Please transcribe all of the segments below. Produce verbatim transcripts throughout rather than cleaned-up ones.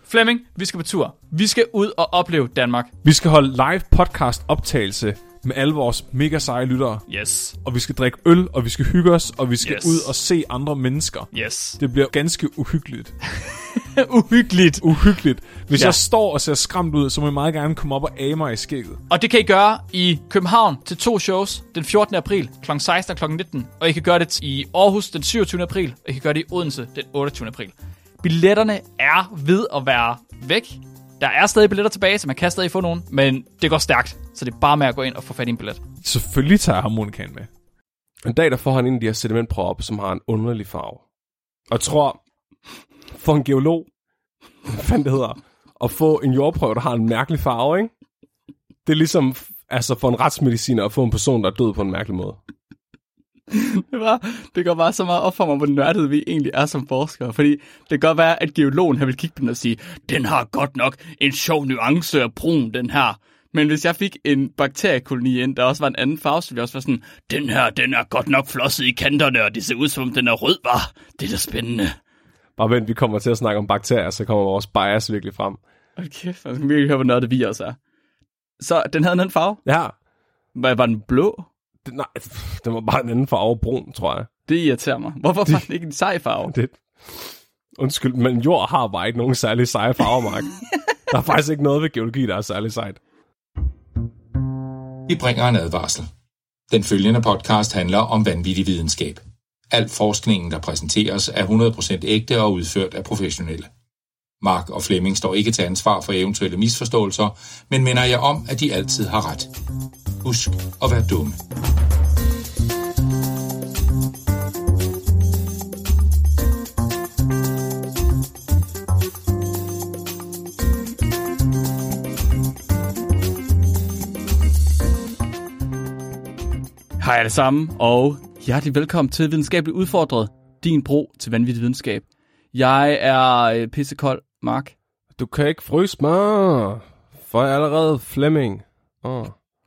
Flemming, vi skal på tur. Vi skal ud og opleve Danmark. Vi skal holde live podcast optagelse med alle vores mega seje lyttere. Yes. Og vi skal drikke øl, og vi skal hygge os, og vi skal yes. ud og se andre mennesker. Yes. Det bliver ganske uhyggeligt. uhyggeligt. Uhyggeligt. Hvis ja. jeg står og ser skræmt ud, så må jeg meget gerne komme op og age mig i skægget. Og det kan I gøre i København til to shows den fjortende april klokken seksten og klokken nitten. Og I kan gøre det i Aarhus den syvogtyvende april, og I kan gøre det i Odense den otteogtyvende april. Billetterne er ved at være væk. Der er stadig billetter tilbage, så man kan stadig få nogen, men det går stærkt, så det er bare med at gå ind og få fat i en billet. Selvfølgelig tager jeg harmonikaen med. En dag, der får han en af de her sedimentpropper, som har en underlig farve. Og jeg tror, for en geolog, hvad fanden det hedder, at få en jordprøve, der har en mærkelig farve, ikke? Det er ligesom altså for en retsmediciner at få en person, der er død på en mærkelig måde. Det, var, det går bare så meget op for mig, hvor nørdet vi egentlig er som forskere. Fordi det kan godt være, at geologen her vil kigge på den og sige, den har godt nok en sjov nuance af brun, den her. Men hvis jeg fik en bakteriekoloni ind, der også var en anden farve, så ville jeg også være sådan, den her, den er godt nok flosset i kanterne, og det ser ud som om den er rød, var. Det er da spændende. Bare vent, vi kommer til at snakke om bakterier, så kommer vores bias virkelig frem. Okay, jeg skal virkelig høre, hvor nørdet vi også er. Så den havde en anden farve? Ja. Var, var den blå? Det, nej, den var bare en anden farve, brun, tror jeg. Det irriterer mig. Hvorfor var den ikke en sej farve? Det, undskyld, men jord har bare ikke nogen særlig seje farver, Mark. Der er faktisk ikke noget ved geologi, der er særlig sejt. Vi bringer en advarsel. Den følgende podcast handler om vanvittig videnskab. Al forskningen, der præsenteres, er hundrede procent ægte og udført af professionelle. Mark og Flemming står ikke til ansvar for eventuelle misforståelser, men minder jer om, at de altid har ret. Husk at være dumme. Hej alle sammen, og hjertelig velkommen til Videnskabeligt Udfordret, din bro til vanvittig videnskab. Jeg er pissekold, Mark. Du kan ikke fryse mig, for jeg er allerede Flemming. Oh.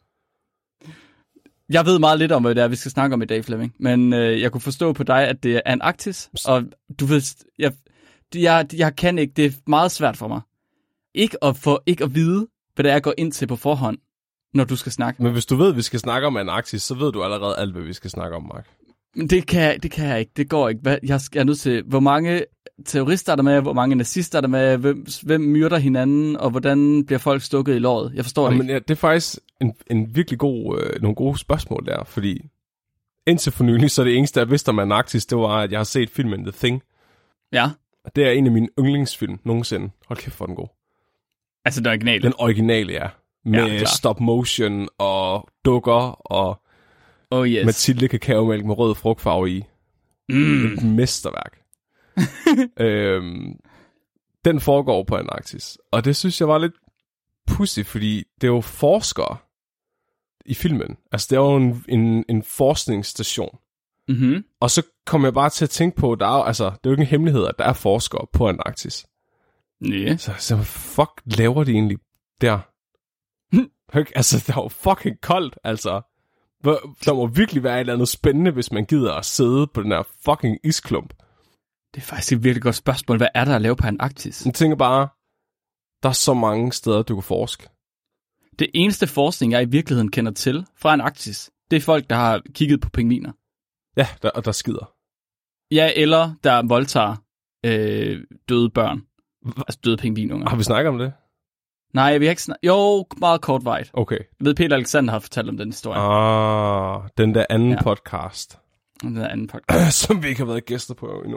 Jeg ved meget lidt om, hvad det er, vi skal snakke om i dag, Flemming. Men øh, jeg kunne forstå på dig, at det er Antarktis. Og du ved, jeg, jeg, jeg kan ikke, det er meget svært for mig. Ikke at, få, ikke at vide, hvad det er, jeg går ind til på forhånd, når du skal snakke. Men hvis du ved, at vi skal snakke om Antarktis, så ved du allerede alt, hvad vi skal snakke om, Mark. Men det kan jeg, det kan jeg ikke. Det går ikke. Jeg, jeg er nødt til, hvor mange terrorister er der med, hvor mange nazister er der med, hvem, hvem myrder hinanden, og hvordan bliver folk stukket i låret? Jeg forstår det ja, ikke. Men ja, det er faktisk en, en virkelig god, øh, nogle gode spørgsmål der, fordi indtil for nylig, så det eneste, jeg vidste om Antarktis, det var, at jeg har set filmen The Thing. Ja. Og det er en af mine yndlingsfilm nogensinde. Hold kæft, for den god. Altså den originale? Den originale, ja. Med ja, stop motion og dukker og oh, yes. Mathilde kakaomælk med rød frugtfarve i. Mm. Et mesterværk. øhm, den foregår på Antarktis. Og det synes jeg var lidt pudsigt, fordi det er jo forskere i filmen. Altså det er jo en, en, en forskningsstation. Mm-hmm. Og så kom jeg bare til at tænke på, der er jo, altså, det er jo ikke en hemmelighed, at der er forskere på Antarktis. Yeah. Så, så fuck laver de egentlig der? Altså, det er jo fucking koldt, altså. Der må virkelig være et eller andet spændende, hvis man gider at sidde på den her fucking isklump. Det er faktisk et virkelig godt spørgsmål. Hvad er der at lave på Antarktis? Jeg tænker bare, der er så mange steder, du kan forske. Det eneste forskning, jeg i virkeligheden kender til fra Antarktis, det er folk, der har kigget på pingviner. Ja, der, og der skider. Ja, eller der voldtager øh, døde børn. Altså døde pingvinunger. Har vi snakket om det? Nej, vi har ikke snakket. Jo, meget kortvejt. Okay. Jeg ved, Peter Alexander har fortalt om den historie. Ah, den der anden ja. podcast. Den der anden podcast. Som vi ikke har været gæster på endnu.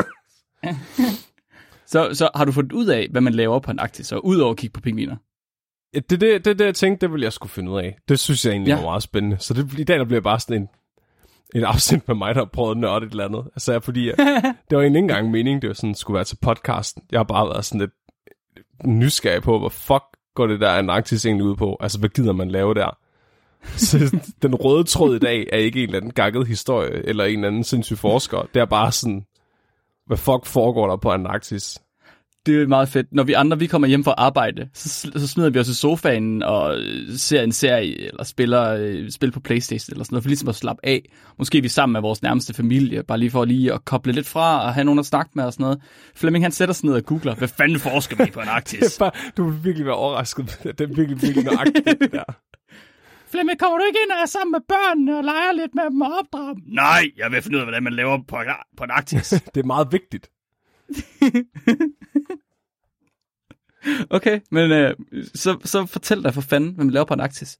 så, så har du fundet ud af, hvad man laver på Antarktis, og ud over at kigge på pingviner? Ja, det er det, det, det, jeg tænkte, det ville jeg skulle finde ud af. Det synes jeg egentlig ja. var meget spændende. Så det, i dag der bliver bare sådan en, en afsnit med mig, der har prøvet at nørde et eller andet. Altså, fordi jeg, det var egentlig ikke engang meningen, det var sådan, skulle være til podcasten. Jeg har bare været sådan lidt nysgerrig på, hvor fuck går det der Antarktis egentlig ud på? Altså, hvad gider man lave der? Så den røde tråd i dag er ikke en eller anden gakket historie, eller en eller anden sindssyg forsker. Det er bare sådan, hvad fuck foregår der på Antarktis? Det er meget fedt. Når vi andre vi kommer hjem fra arbejde, så, så smider vi os i sofaen og ser en serie, eller spiller øh, spil på PlayStation, eller sådan noget, for ligesom at slappe af. Måske er vi sammen med vores nærmeste familie, bare lige for lige at koble lidt fra, og have nogen at snakke med og sådan noget. Flemming, han sætter sig ned og googler, hvad fanden forsker vi på Antarktis? Det er bare, du vil virkelig være overrasket. Det er virkelig, virkelig nøjagtigt, det der. Flemming, kommer du ikke ind og er sammen med børnene og leger lidt med dem og opdrager dem? Nej, jeg vil finde ud af, hvordan man laver på, på Antarktis. Det er meget vigtigt. Okay, men øh, så, så fortæl dig for fanden, hvad man laver på Antarktis.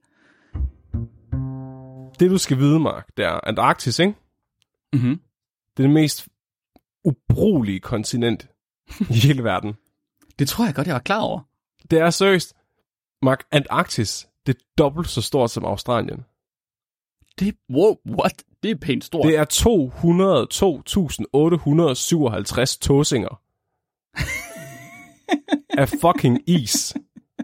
Det du skal vide, Mark, det er Antarktis, ikke? Mm-hmm. Det er det mest ubrugelige kontinent i hele verden. Det tror jeg godt, jeg var klar over. Det er seriøst. Mark, Antarktis, det er dobbelt så stort som Australien. Det wow, what? Det er pænt stort. Det er to hundrede og to tusind otte hundrede og syvoghalvtreds tåsinger. Af fucking is.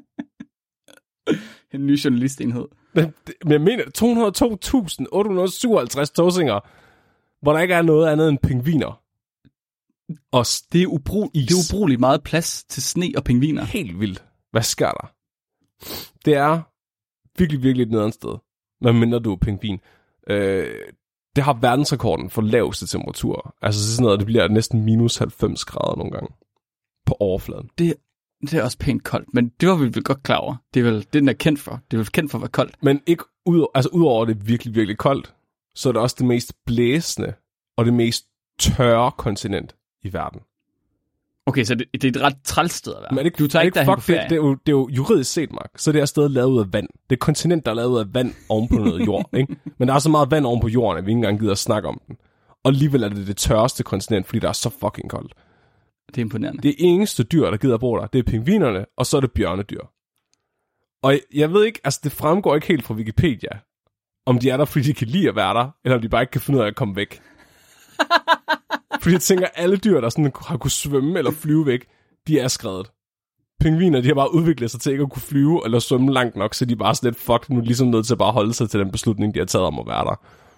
En ny journalistenhed. Men, men jeg mener, to hundrede og to tusind otte hundrede og syvoghalvtreds tåsinger, hvor der ikke er noget andet end pingviner. Og det er, ubru- det er ubrugeligt meget plads til sne og pingviner. Helt vildt. Hvad sker der? Det er virkelig, virkelig et nederen sted. Hvad mindre du er pingvin. Øh, det har verdensrekorden for laveste temperatur. Altså sådan noget, det bliver næsten minus halvfems grader nogle gange. På overfladen. Det, det er også pænt koldt, men det var vi vel godt klar over. Det er vel det, den er kendt for. Det er vel kendt for at være koldt. Men ikke ud, altså udover det er virkelig, virkelig koldt, så er det også det mest blæsende og det mest tørre kontinent i verden. Okay, så det, det er et ret træls sted at være. Men det, du tager det, ikke derhen på ferie. Det, det, er jo, det er jo juridisk set, Mark, så det er stadig lavet ud af vand. Det er et kontinent, der er lavet ud af vand oven på noget jord. Ikke? Men der er så meget vand oven på jorden, at vi ikke engang gider at snakke om den. Og alligevel er det det tørreste kontinent, fordi der er så fucking koldt. Det er imponerende. Det eneste dyr, der gider at bo der, det er pingvinerne, og så er det bjørnedyr. Og jeg, jeg ved ikke, altså det fremgår ikke helt fra Wikipedia, om de er der, fordi de kan lide at være der, eller om de bare ikke kan finde ud af at komme væk. Fordi jeg tænker, alle dyr, der sådan har kunne svømme eller flyve væk, de er skredet. Pingviner, de har bare udviklet sig til ikke at kunne flyve eller svømme langt nok, så de er bare sådan lidt fuck, nu er ligesom nødt til at bare holde sig til den beslutning, de har taget om at være der.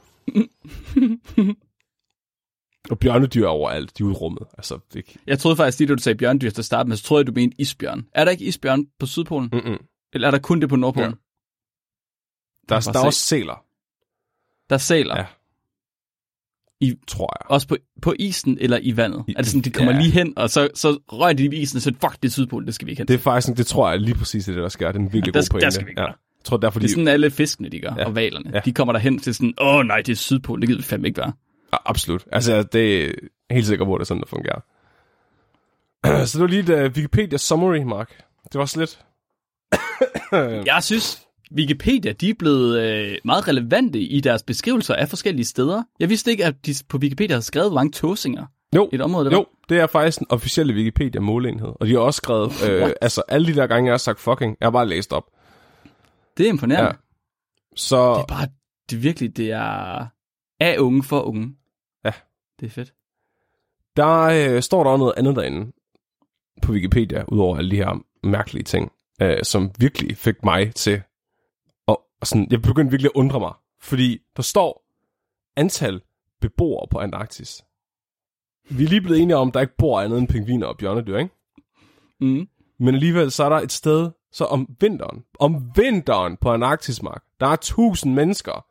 Og bjørnedyr overalt, de er ude i rummet. Altså, det... Jeg troede faktisk, lige da du sagde bjørnedyr til at starte med, så troede jeg, du mente isbjørn. Er der ikke isbjørn på Sydpolen? Mm-mm. Eller er der kun det på Nordpolen? Ja. Der, er, der er også sæler. Der er sæler? Ja. I, tror jeg. Også på, på isen eller i vandet? I, er det sådan, de kommer ja. lige hen, og så, så rører de i isen, og så fuck, det er Sydpolen, det skal vi ikke hen. Det er faktisk, det tror jeg lige præcis det, der sker. Det er en virkelig ja, god pointe. Der skal vi ikke ja. Jeg tror, derfor, det er sådan, de... alle fiskene, de gør, ja. og valerne. Ja. De kommer derhen til sådan, åh oh, nej, det er Sydpolen, det gider vi fandme ikke være. Ja, absolut. Altså, det er helt sikkert, hvor det er sådan, der fungerer. Så det var lige et uh, Wikipedia summary, Mark. Det var også lidt... Jeg synes, Wikipedia, de er blevet øh, meget relevante i deres beskrivelser af forskellige steder. Jeg vidste ikke, at de på Wikipedia har skrevet, hvor mange tåsinger jo, i et område, der Jo, var. det er faktisk en officielle Wikipedia-måleenhed. Og de har også skrevet, øh, altså alle de der gange, jeg har sagt fucking, jeg har bare læst op. Det er imponerende. Ja. Så... Det er bare, det er virkelig, det er af unge for unge. Ja. Det er fedt. Der øh, står der noget andet derinde på Wikipedia, udover alle de her mærkelige ting, øh, som virkelig fik mig til og, og sådan, jeg begyndte virkelig at undre mig, fordi der står antal beboere på Antarktis. Vi er lige blevet enige om, at der ikke bor andet end pingviner og bjørnedyr, ikke? Mm. Men alligevel så er der et sted, så om vinteren, om vinteren på Antarktis, Mark, der er tusind mennesker.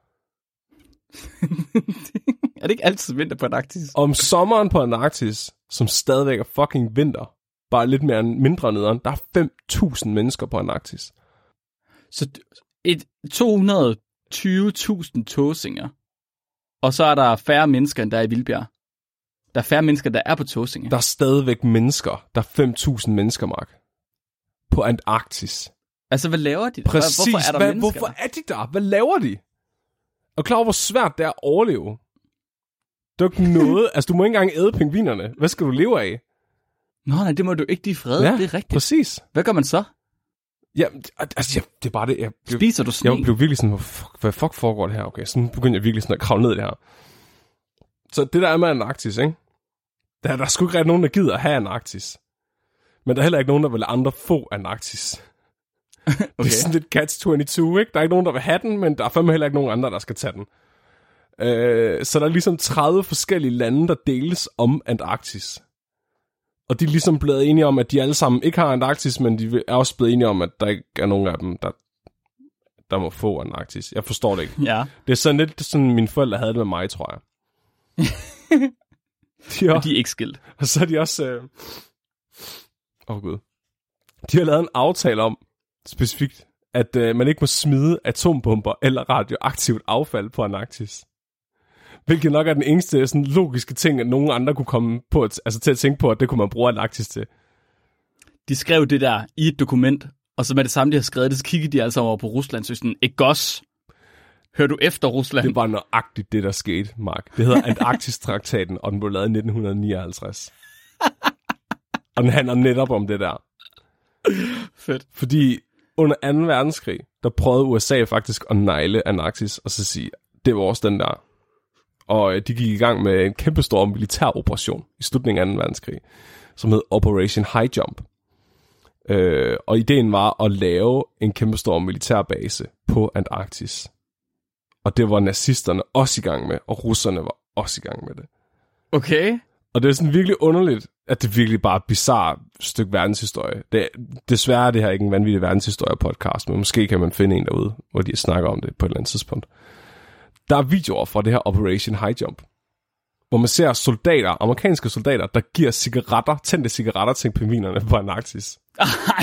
Er det ikke altid vinter på Antarktis? Om sommeren på Antarktis, som stadigvæk er fucking vinter, bare lidt mere mindre nederen, der er fem tusind mennesker på Antarktis. Så et to hundrede og tyve tusind tåsinger, og så er der færre mennesker, end der er i Vildbjerg. Der er færre mennesker, der er på tåsinger. Der er stadigvæk mennesker. Der er fem tusind mennesker, Mark. På Antarktis. Altså, hvad laver de? Præcis. Hvorfor er der hvad, mennesker? Hvorfor er de der? Hvad laver de? Er du klar over, hvor svært det er at overleve? Det er ikke noget. Altså, du må ikke engang æde pingvinerne. Hvad skal du leve af? Nå, nej, det må du ikke, de er fred. Ja, det er rigtigt. Præcis. Hvad gør man så? Ja, altså, ja, det er bare det. Jeg blev, Spiser du sne? Jeg blev virkelig sådan, hvad fuck, hvad fuck foregår det her? Okay, så nu begyndte jeg virkelig sådan at kravle ned i det her. Så det der er med Antarktis, ikke? Der, der er sgu ikke rigtig nogen, der gider at have Antarktis. Men der er heller ikke nogen, der vil lade andre få Antarktis. Okay. Det er sådan lidt catch toogtyve, ikke? Der er ikke nogen, der vil have den, men der er fandme heller ikke nogen andre, der skal tage den. Øh, så der er ligesom tredive forskellige lande, der deles om Antarktis. Og de er ligesom blevet enige om, at de alle sammen ikke har Antarktis, men de er også blevet enige om, at der ikke er nogen af dem, der, der må få Antarktis. Jeg forstår det ikke. Ja. Det er sådan lidt sådan, mine forældre havde det med mig, tror jeg. de er, Men de er ikke skilt. Og så er de også... Åh, øh... oh, gud. De har lavet en aftale om, specifikt, at øh, man ikke må smide atombomber eller radioaktivt affald på Antarktis. Hvilket nok er den eneste sådan, logiske ting, at nogen andre kunne komme på, at, altså til at tænke på, at det kunne man bruge Antarktis til. De skrev det der i et dokument, og så med det samme, de har skrevet det, så kiggede de altså over på Rusland, så sådan, ikke os. Hører du efter Rusland? Det var nøjagtigt det, der skete, Mark. Det hedder Antarktis-traktaten, og den blev lavet i nitten nioghalvtreds. Og den handler netop om det der. Fedt. Fordi under anden verdenskrig, der prøvede U S A faktisk at negle Antarktis, og så sige, det var også den der. Og de gik i gang med en kæmpestor militær operation i slutningen af anden verdenskrig, som hed Operation High Jump. Øh, og ideen var at lave en kæmpestor militærbase på Antarktis. Og det var nazisterne også i gang med, og russerne var også i gang med det. Okay. Og det er sådan virkelig underligt, at det virkelig bare er et bizarrt stykke verdenshistorie. Det, desværre er det her ikke en vanvittig verdenshistorie-podcast, men måske kan man finde en derude, hvor de snakker om det på et eller andet tidspunkt. Der er videoer fra det her Operation High Jump, hvor man ser soldater, amerikanske soldater, der giver cigaretter, tændte cigaretter til pingvinerne på Antarktis. Ej.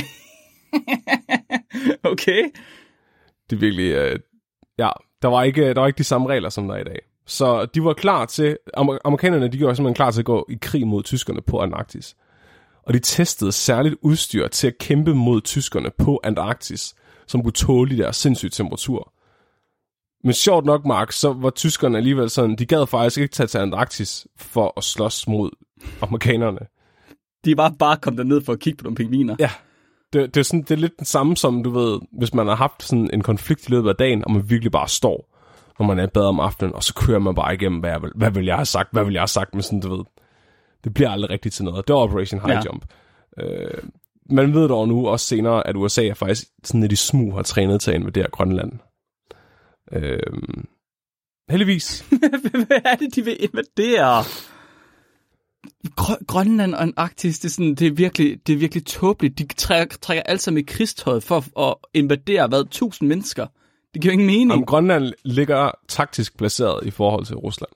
Okay. Det er virkelig... Øh, ja, der var, ikke, der var ikke de samme regler, som der er i dag. Så de var klar til... Amer- amerikanerne, de gjorde simpelthen klar til at gå i krig mod tyskerne på Antarktis. Og de testede særligt udstyr til at kæmpe mod tyskerne på Antarktis, som kunne tåle de der sindssyge temperaturer. Men sjovt nok, Mark, så var tyskerne alligevel sådan, de gad faktisk ikke tage til Antarktis for at slås mod amerikanerne. De var bare kommet derned for at kigge på nogle pingviner. Ja, det, det, er sådan, det er lidt den samme som, du ved, hvis man har haft sådan en konflikt i løbet af dagen, og man virkelig bare står, når man er i bad om aftenen, og så kører man bare igennem, hvad, vil, hvad vil jeg have sagt, hvad vil jeg have sagt, men sådan, du ved, det bliver aldrig rigtigt til noget. Det var Operation High ja. Jump. Øh, man ved dog nu også senere, at U S A er faktisk sådan, at de smug har trænet til at invadere Grønland. Øhm, heldigvis. Hvad er det, de vil invadere? Grø- Grønland og Antarktis, det er, sådan, det er virkelig, det er virkelig tåbeligt. De trækker, trækker alt sammen i krigstøjet for at invadere, hvad, tusind mennesker. Det giver ingen mening. Om Grønland ligger taktisk placeret i forhold til Rusland.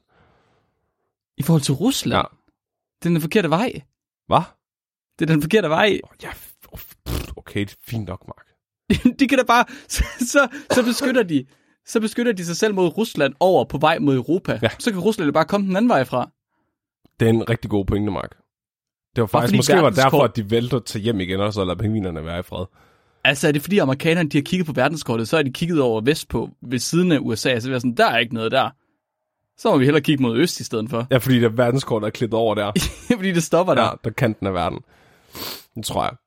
I forhold til Rusland? Ja. Det er den forkerte vej. Hvad? Det er den forkerte vej. Oh, ja, okay, det er fint nok, Mark. De kan da bare... Så, så, så beskytter de... Så beskytter de sig selv mod Rusland over på vej mod Europa. Ja. Så kan Rusland bare komme den anden vej fra. Det er en rigtig god pointe, Mark. Det var faktisk måske var derfor, at de vælter til hjem igen, og så lader pingvinerne være i fred. Altså, er det fordi amerikanerne, de har kigget på verdenskortet, så har de kigget over vest på, ved siden af U S A, så er det sådan, der er ikke noget der. Så må vi hellere kigge mod øst i stedet for. Ja, fordi det verdenskortet er klippet over der. Fordi det stopper der. Ja, der kanten af verden. Det tror jeg.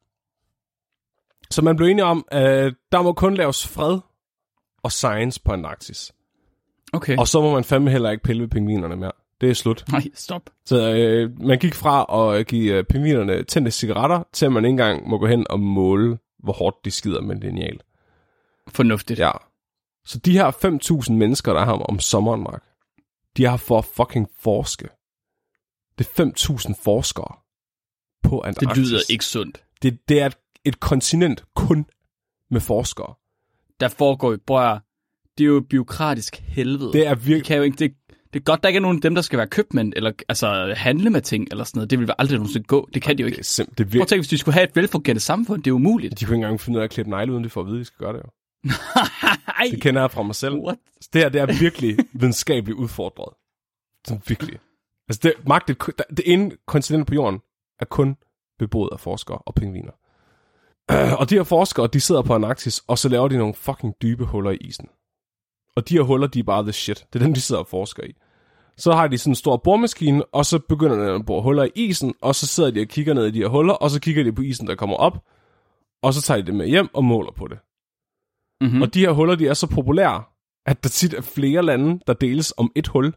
Så man blev enige om, at der må kun laves fred og science på Antarktis. Okay. Og så må man fandme heller ikke pille ved pingvinerne mere. Det er slut. Nej, stop. Så øh, man gik fra at give øh, pingvinerne tændte cigaretter, til at man ikke engang må gå hen og måle, hvor hårdt de skider med en lineal. Fornuftigt. Ja. Så de her fem tusind mennesker, der er her om sommeren, Mark, de er her for at fucking forske. Det er fem tusind forskere på Antarktis. Det lyder ikke sundt. Det, det er et, et kontinent kun med forskere. Der foregår jo, bror, det er jo byråkratisk helvede. Det er virkelig... Det, kan jo ikke, det, det er godt, der ikke er nogen af dem, der skal være købmænd, eller altså handle med ting, eller sådan noget. Det vil aldrig nogensinde gå. Det kan de jo ikke. Det er simp- det er vir- Prøv at tænke, hvis de skulle have et velfungerende samfund, det er umuligt. De kunne ikke engang finde ud af at klippe negle, uden de får at vide, at de skal gøre det jo. Det kender jeg fra mig selv. What? Det her, det er virkelig videnskabeligt udfordret. Sådan virkelig. Altså, det, Mark, det, det ene kontinent på jorden er kun beboet af forskere og pingviner. Uh, og de her forskere, de sidder på Antarktis, og så laver de nogle fucking dybe huller i isen. Og de her huller, de er bare the shit. Det er dem, de sidder og forsker i. Så har de sådan en stor boremaskine, og så begynder de at bore huller i isen, og så sidder de og kigger ned i de her huller, og så kigger de på isen, der kommer op, og så tager de det med hjem og måler på det. Mm-hmm. Og de her huller, de er så populære, at der tit er flere lande, der deles om et hul.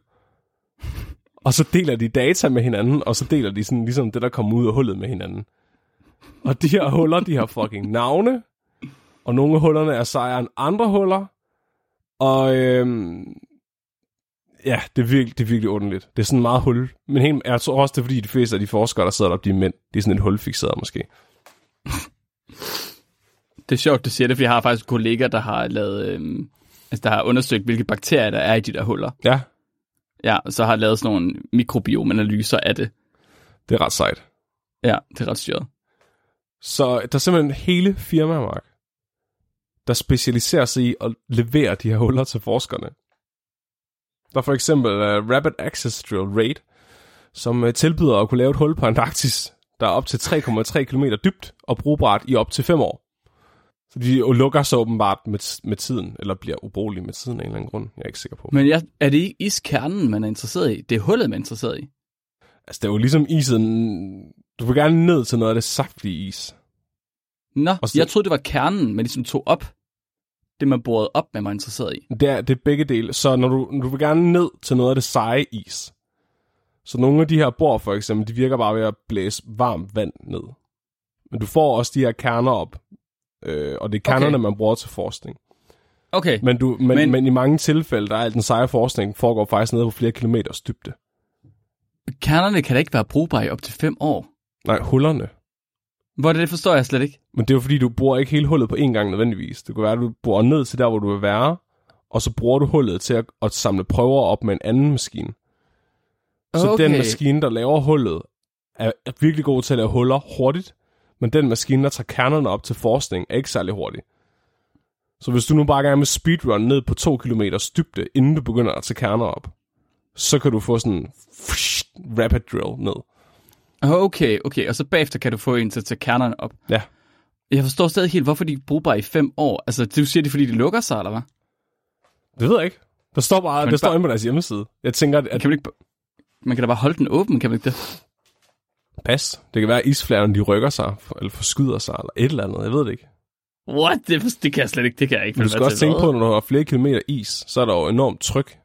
Og så deler de data med hinanden, og så deler de sådan ligesom det, der kommer ud af hullet med hinanden. Og de her huller, de har fucking navne, og nogle af hullerne er sejere end andre huller. Og øhm, Ja, det er virkelig, det er virkelig underligt. Det er sådan meget hul. Men helt, jeg tror også, det er fordi, de fleste af de forskere, der sidder deroppe, de er mænd. De er sådan et hulfixeret måske. Det er sjovt, du siger det, fordi jeg har faktisk kolleger, der har lavet, øhm, altså der har undersøgt, hvilke bakterier der er i de der huller. Ja. Ja, og så har lavet sådan nogle mikrobiomanalyser af det. Det er ret sejt. Ja, det er ret styret. Så der er simpelthen hele firmaer, Mark, der specialiserer sig i at levere de her huller til forskerne. Der er for eksempel uh, Rapid Access Drill Raid, som uh, tilbyder at kunne lave et hul på Antarktis, der er op til tre komma tre kilometer dybt og brugbart i op til fem år. Så de lukker så åbenbart med, med tiden, eller bliver ubrugelige med tiden af en eller anden grund. Jeg er ikke sikker på. Men ja, er det ikke iskernen, man er interesseret i? Det er hullet, man er interesseret i? Altså, det er jo ligesom isen. Du vil gerne ned til noget af det saftige is. Nå, så, jeg troede, det var kernen, man ligesom tog op. Det, man borede op, man var interesseret i. Det er, det er begge dele. Så når du, når du vil gerne ned til noget af det seje is, så nogle af de her bor for eksempel, de virker bare ved at blæse varmt vand ned. Men du får også de her kerner op. Øh, og det er kernerne, okay. man bruger til forskning. Okay. Men, du, men, men... men i mange tilfælde, der er al den seje forskning, foregår faktisk nede på flere kilometers dybde. Kernerne kan da ikke være brugbare i op til fem år. Nej, hullerne. Hvor det, det forstår jeg slet ikke. Men det er jo fordi, du bruger ikke hele hullet på én gang nødvendigvis. Det kan være, at du bruger ned til der, hvor du vil være, og så bruger du hullet til at, at samle prøver op med en anden maskine. Så okay. Den maskine, der laver hullet, er virkelig god til at lave huller hurtigt, men den maskine, der tager kernerne op til forskning, er ikke særlig hurtig. Så hvis du nu bare gerne vil speedrun ned på to kilometers dybde, inden du begynder at tage kerner op, så kan du få sådan en rapid drill ned. Okay, okay. Og så bagefter kan du få en til at tage kernerne op. Ja. Jeg forstår stadig helt, hvorfor de er brugbare i fem år. Altså, du siger det, fordi de lukker sig, eller hvad? Det ved jeg ikke. Der står bare, der bare... står inde på deres hjemmeside. Jeg tænker, at... Kan man, ikke... man kan da bare holde den åben, kan man ikke det? Pas. Det kan være, at isflagerne, de rykker sig, eller forskyder sig, eller et eller andet. Jeg ved det ikke. What? Det, det kan jeg slet ikke. Det kan jeg ikke. Men du skal også tænke på, når du har flere kilometer is, så er der jo enormt tryk.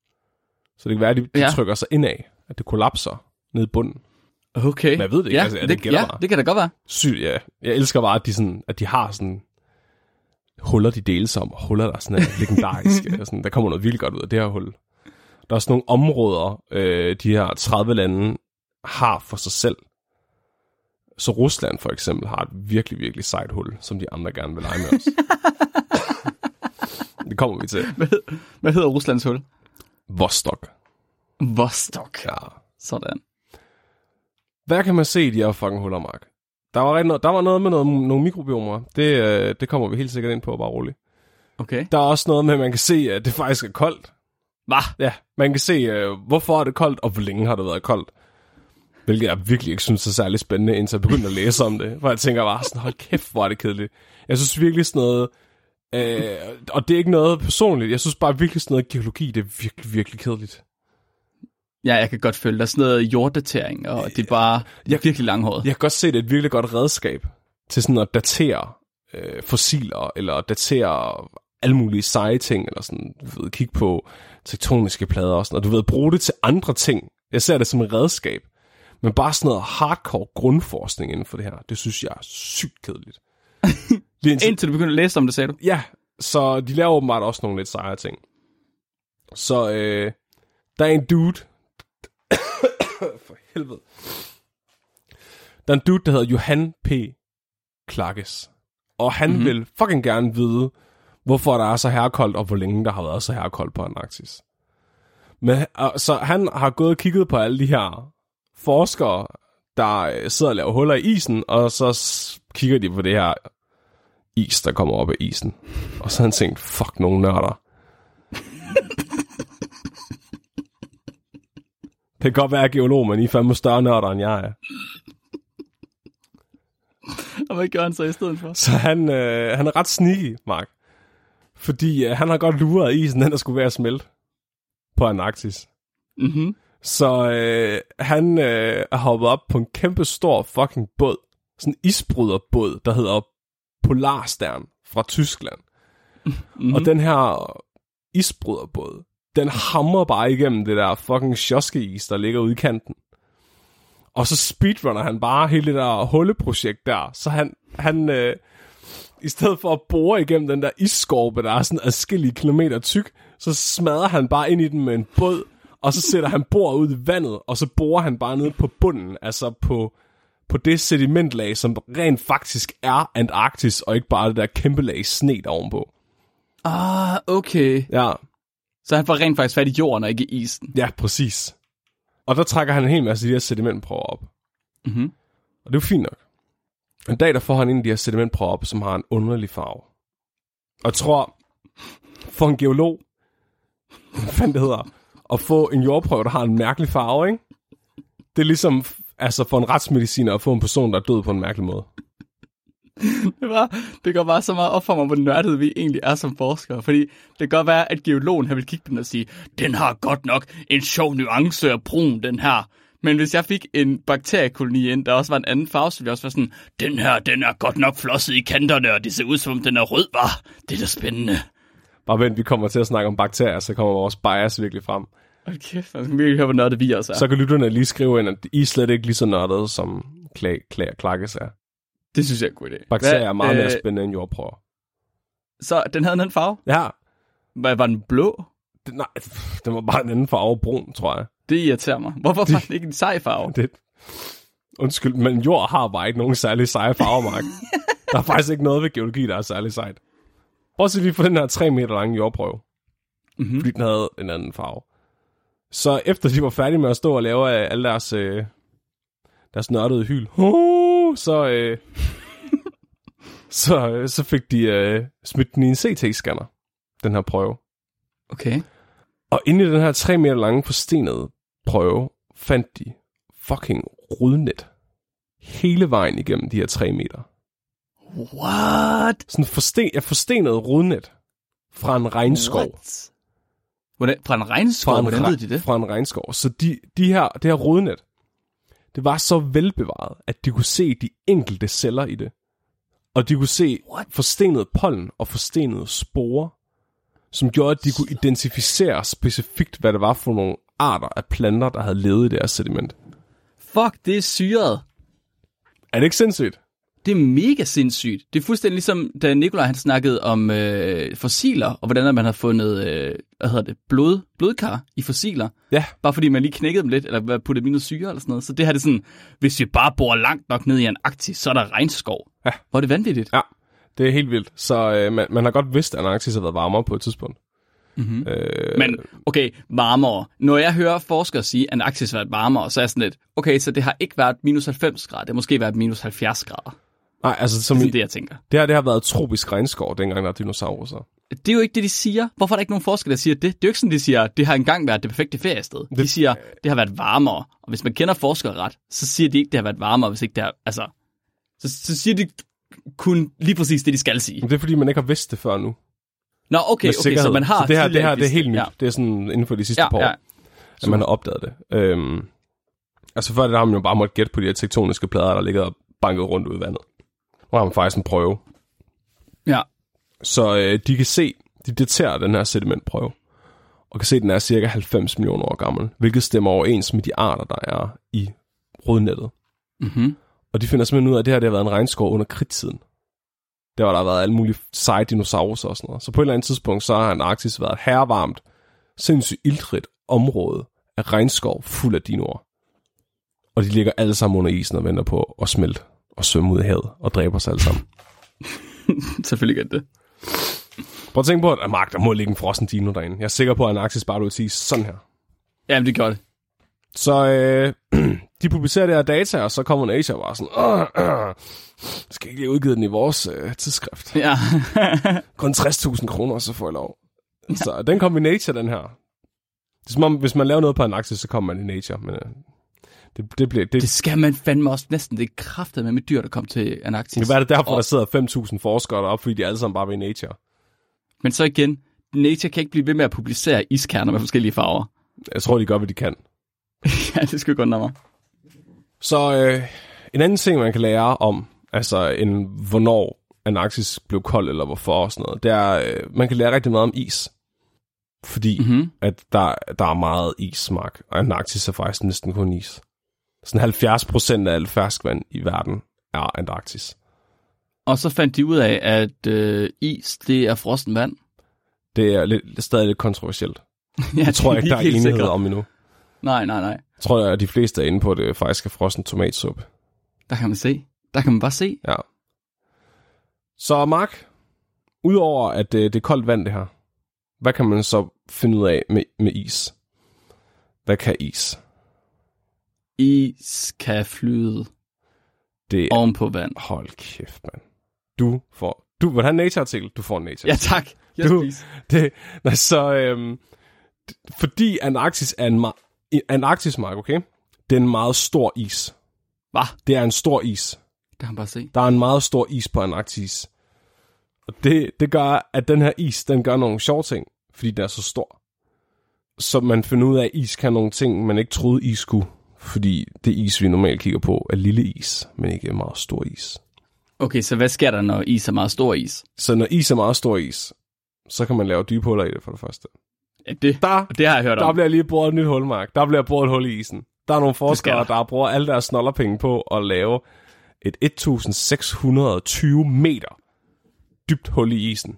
Så det kan være, at de, de ja. trykker sig indad, at det kollapser ned i bunden. Okay. Men jeg ved det ikke. Ja, altså, det, det, ja det kan da godt være. Sygt, ja. Jeg elsker bare, at de, sådan, at de har sådan huller, de deles om, og huller, der er sådan legendariske. Sådan, der kommer noget virkelig godt ud af det her hul. Der er også nogle områder, øh, de her tredive lande har for sig selv. Så Rusland for eksempel har et virkelig, virkelig sejt hul, som de andre gerne vil lege med os. Det kommer vi til. Hvad, hvad hedder Ruslands hul? Vostok. Vostok. Ja. Sådan. Hvad kan man se i de her fucking huller, Mark? Der var, noget, der var noget med noget, nogle mikrobiomer. Det, øh, det kommer vi helt sikkert ind på, bare roligt. Okay. Der er også noget med, at man kan se, at det faktisk er koldt. Hvad? Ja, man kan se, øh, hvorfor er det koldt, og hvor længe har det været koldt. Hvilket jeg virkelig ikke synes er særlig spændende, indtil jeg begyndte at læse om det. For jeg tænker bare sådan, hold kæft, hvor er det kedeligt. Jeg synes virkelig sådan noget, øh, og det er ikke noget personligt, jeg synes bare virkelig sådan noget geologi, det er virkelig, virkelig kedeligt. Ja, jeg kan godt følge, der er sådan noget jorddatering, og det er bare det er jeg, virkelig langhåret. Jeg kan godt se, det er et virkelig godt redskab til sådan at datere øh, fossiler, eller datere alle mulige seje ting, eller sådan, du ved, kigge på tektoniske plader og sådan, og du ved, bruge det til andre ting. Jeg ser det som et redskab. Men bare sådan noget hardcore grundforskning inden for det her, det synes jeg er sygt kedeligt. Indtil, Indtil du begynder at læse om det, sagde du? Ja, så de laver åbenbart også nogle lidt sejre ting. Så øh, der er en dude... For helvede. Der er en dude, der hedder Johan P. Klages. Og han mm-hmm. vil fucking gerne vide, hvorfor der er så herkoldt, og hvor længe der har været så herkoldt på Antarktis. Men, så han har gået og kigget på alle de her forskere, der sidder og laver huller i isen, og så kigger de på det her is, der kommer op af isen. Og så har han tænkt, fuck, nogle nørder. Det kan godt være geolog, men I er fandme større nørder, end jeg er. Og hvad gør han så i stedet for? Så han, øh, han er ret sneaky, Mark. Fordi øh, han har godt luret, at isen den der skulle være at smelte på Antarktis. Mhm. Så øh, han øh, er hoppet op på en kæmpe stor fucking båd. Sådan en isbryderbåd, der hedder Polarstern fra Tyskland. Mm-hmm. Og den her isbryderbåd, den hamrer bare igennem det der fucking sjoskeis, der ligger ude i kanten. Og så speedrunner han bare hele det der hulleprojekt der. Så han, han, øh, i stedet for at bore igennem den der isskorpe, der er sådan adskillige kilometer tyk, så smadrer han bare ind i den med en båd, og så sætter han bord ud i vandet, og så borer han bare ned på bunden, altså på, på det sedimentlag, som rent faktisk er Antarktis, og ikke bare det der kæmpe lag sne ovenpå. Ah, okay. Ja. Så han får rent faktisk fat i jorden, og ikke i isen. Ja, præcis. Og der trækker han en hel masse af de her sedimentprøver op. Mhm. Og det er jo fint nok. En dag, der får han en af de her sedimentprøver op, som har en underlig farve. Og jeg tror, for en geolog, hvad fanden det hedder, at få en jordprøve, der har en mærkelig farve, ikke? Det er ligesom altså for en retsmediciner at få en person, der er død på en mærkelig måde. Det, var, det går bare så meget op for mig, hvor nørdede vi egentlig er som forskere. Fordi det kan godt være, at geologen her vil kigge på den og sige, den har godt nok en sjov nuance af brun, den her. Men hvis jeg fik en bakteriekoloni ind, der også var en anden farve, så ville jeg også være sådan, den her, den er godt nok flosset i kanterne, og det ser ud som om den er rød, var. Det er da spændende. Bare vent, vi kommer til at snakke om bakterier, så kommer vores bias virkelig frem. Hold kæft, man skal virkelig høre, hvor nørdet vi også er. Så kan lytterne lige skrive ind, at I er slet ikke lige så nørdede, som Kla- Klakkes er. Det synes jeg er en god idé. Bakterier er meget øh, mere spændende end jordprøver. Så den havde en anden farve? Ja. Var, var den blå? Det, nej, den var bare en anden farve, brun, tror jeg. Det irriterer mig. Hvorfor var den ikke en sej farve? Det, undskyld, men jord har bare ikke nogen særlig seje farvemark. Der er faktisk ikke noget ved geologi, der er særlig sejt. Prøv at se lige for den her tre meter lange jordprøve. Mm-hmm. Fordi den havde en anden farve. Så efter de var færdige med at stå og lave alle deres, øh, deres nørdede hyl, uh, så, øh, så, øh, så fik de øh, smidt den i en C T-scanner, den her prøve. Okay. Og inde i den her tre meter lange forstenede prøve, fandt de fucking rodnet hele vejen igennem de her tre meter. What? Sådan forsten, ja, forstenet rodnet fra en regnskov. What? Hvordan, fra en regnskov? Fra en, Hvordan ved de det? Fra en regnskov. Så de, de her, det her rodnet, det var så velbevaret, at de kunne se de enkelte celler i det. Og de kunne se What? forstenet pollen og forstenet sporer, som gjorde, at de kunne identificere specifikt, hvad det var for nogle arter af planter, der havde levet i deres sediment. Fuck, det er syret. Er det ikke sindssygt? Det er mega sindssygt. Det er fuldstændig ligesom, da Nikolaj han snakkede om øh, fossiler, og hvordan man har fundet øh, hvad hedder det, blod, blodkar i fossiler. Ja. Bare fordi man lige knækkede dem lidt, eller puttet minus syre eller sådan noget. Så det her det er sådan, hvis vi bare bor langt nok ned i Antarktis, så er der regnskov. Ja. Hvor er det vanvittigt. Ja, det er helt vildt. Så øh, man, man har godt vidst, at Antarktis har været varmere på et tidspunkt. Mm-hmm. Øh... Men okay, varmere. Når jeg hører forskere sige, at Antarktis har været varmere, så er jeg sådan lidt, okay, så det har ikke været minus halvfems grader, det har måske været minus halvfjerds grader. Nej, altså som det er i, det, jeg tænker. Det her, det har været tropisk regnskov, dengang der er dinosaurer. Det er jo ikke det, de siger. Hvorfor er der ikke nogen forskere, der siger det? Det er jo ikke sådan, de siger, det har engang været det perfekte feriested. De det... siger, det har været varmere. Og hvis man kender forskere ret, så siger de ikke, det har været varmere, hvis ikke det har... Altså, så, så siger de kun lige præcis det, de skal sige. Men det er, fordi man ikke har vidst det før nu. Nå, okay, okay, så man har... Så det her, det her det er helt nyt. Ja. Det er sådan inden for de sidste ja, par år, ja. at man har opdaget det. Øhm, altså før det der har man jo bare måttet gætte på de her tektoniske plader, der ligger og banket rundt ud i vandet. Nu har man faktisk en prøve. Ja. Så øh, de kan se, de daterer den her sedimentprøve, og kan se, at den er cirka halvfems millioner år gammel, hvilket stemmer overens med de arter, der er i rodnettet. Mhm. Og de finder simpelthen ud af, at det her det har været en regnskov under kridttiden. Der var der været alle mulige seje dinosaurer og sådan noget. Så på et eller andet tidspunkt, så har Antarktis været et herrevarmt, sindssygt iltrigt område af regnskov fuld af dinoer. Og de ligger alle sammen under isen og venter på at smelte og svømme ud i havet og dræber sig alle sammen. Selvfølgelig gør det. Prøv at tænke på, at Mark, der må ligge en frossen dino derinde. Jeg er sikker på, at Antarktis bare vil sige sådan her. Jamen, det gør det. Så øh, de publicerer det her data, og så kommer Nature og bare sådan, åh, øh, skal ikke lige udgive den i vores øh, tidsskrift. Ja. Kun tres tusind kroner, så får jeg lov. Ja. Så den kom i Nature, den her. Det er som om, hvis man laver noget på Antarktis, så kommer man i Nature. Men øh, det, det, bliver, det... det skal man fandme også næsten. Det er kraftet med med dyr, der kom til Antarktis. Hvad er det derfor, og... der sidder fem tusind forskere deroppe, fordi de alle sammen bare vil i Nature? Men så igen, Nature kan ikke blive ved med at publicere iskerner med forskellige farver. Jeg tror, de gør, hvad de kan. Ja, det skal godt nærmere. Så øh, en anden ting, man kan lære om, altså en, hvornår Antarktis blev kold, eller hvorfor og sådan noget, det er, øh, man kan lære rigtig meget om is. Fordi mm-hmm. at der, der er meget is, Mark, og Antarktis er faktisk næsten kun is. Sådan halvfjerds procent af alt ferskvand i verden er Antarktis. Og så fandt de ud af, at øh, is, det er frossen vand. Det er lidt, stadig lidt kontroversielt. Ja, jeg tror ikke, der er enighed sikkert. om endnu. Nej, nej, nej. Jeg tror, at de fleste er inde på, at det faktisk er frossen tomatsuppe. Der kan man se. Der kan man bare se. Ja. Så Mark, udover at det, det er koldt vand det her, hvad kan man så finde ud af med, med is? Hvad kan is? Is kan flyde det er... oven på vand. Hold kæft, mand. Du får... Du vil have en Nature-artikel? Du får en Nature-artikel. Ja, tak. Yes, du, please. Det, nej, så, øhm, fordi Antarktis er en ma- Antarktis, Mark, okay? Det er en meget stor is. Hvad? Det er en stor is. Det kan man bare se. Der er en meget stor is på Antarktis. Og det, det gør, at den her is, den gør nogle sjove ting, fordi den er så stor. Så man finder ud af, at is kan nogle ting, man ikke troede is kunne. Fordi det is, vi normalt kigger på, er lille is, men ikke meget stor is. Okay, så hvad sker der, når is er meget stor is? Så når is er meget stor is, så kan man lave dybe huller i det for det første. Ja, det, der, det har jeg hørt der om. Der bliver lige boret et nyt hul, Mark. Der bliver boret et hul i isen. Der er nogle forskere, der. der bruger alle deres snollerpenge på at lave et et tusind seks hundrede og tyve meter dybt hul i isen.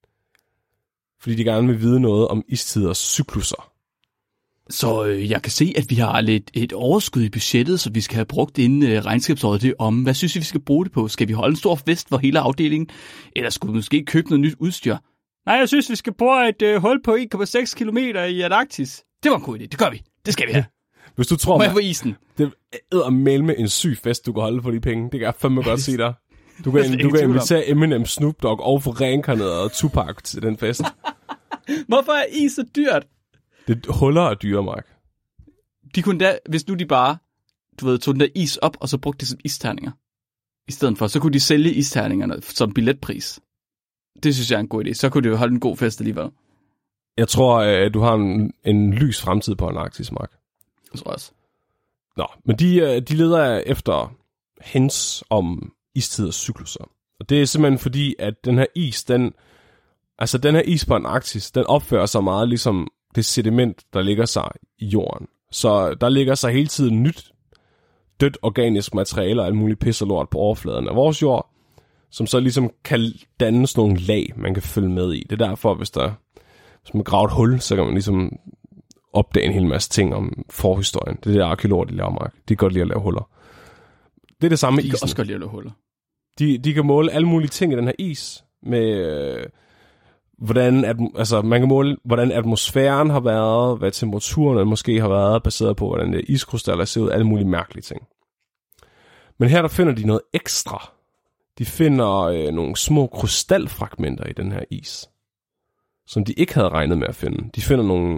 Fordi de gerne vil vide noget om istiders cykluser. Så øh, jeg kan se, at vi har lidt et overskud i budgettet, så vi skal have brugt inden øh, regnskabsåret det om. Hvad synes vi, vi skal bruge det på? Skal vi holde en stor fest for hele afdelingen? Eller skulle vi måske købe noget nyt udstyr? Nej, jeg synes, vi skal bore et øh, hul på en komma seks kilometer i Antarktis. Det var en god idé. Det gør vi. Det skal vi have. Hvis du tror, man, på isen. Det er med med en syg fest, du kan holde for de penge. Det kan jeg fandme godt sige dig. Du kan, du kan invitere Eminem, Snoop Dogg og få reinkarneret Tupac til den fest. Hvorfor er is så dyrt? Det huller af dyre, Mark. De kunne da, hvis nu de bare, du ved, tog den der is op, og så brugte det som isterninger. I stedet for, så kunne de sælge isterningerne som billetpris. Det synes jeg er en god idé. Så kunne de jo holde en god fest alligevel. Jeg tror, at du har en, en lys fremtid på Antarktis, Mark. Jeg tror også. Nå, men de, de leder efter hints om istiders cykluser. Og det er simpelthen fordi, at den her is, den, altså den her is på Antarktis, den opfører sig meget ligesom det sediment, der ligger sig i jorden. Så der ligger sig hele tiden nyt, dødt organisk materiale og alt muligt pis og lort på overfladen af vores jord, som så ligesom kan danne sådan nogle lag, man kan følge med i. Det er derfor, hvis, der, hvis man graver et hul, så kan man ligesom opdage en hel masse ting om forhistorien. Det er det, arkeologer, de laver, Mark. De kan godt lide at lave huller. Det er det samme med isen. isen. De kan også godt lide at lave huller. De, de kan måle alle mulige ting i den her is, med øh, hvordan, at, altså man kan måle, hvordan atmosfæren har været, hvad temperaturen måske har været, baseret på, hvordan det iskrystaller ser ud, alle mulige mærkelige ting. Men her der finder de noget ekstra. De finder øh, nogle små krystalfragmenter i den her is, som de ikke havde regnet med at finde. De finder nogle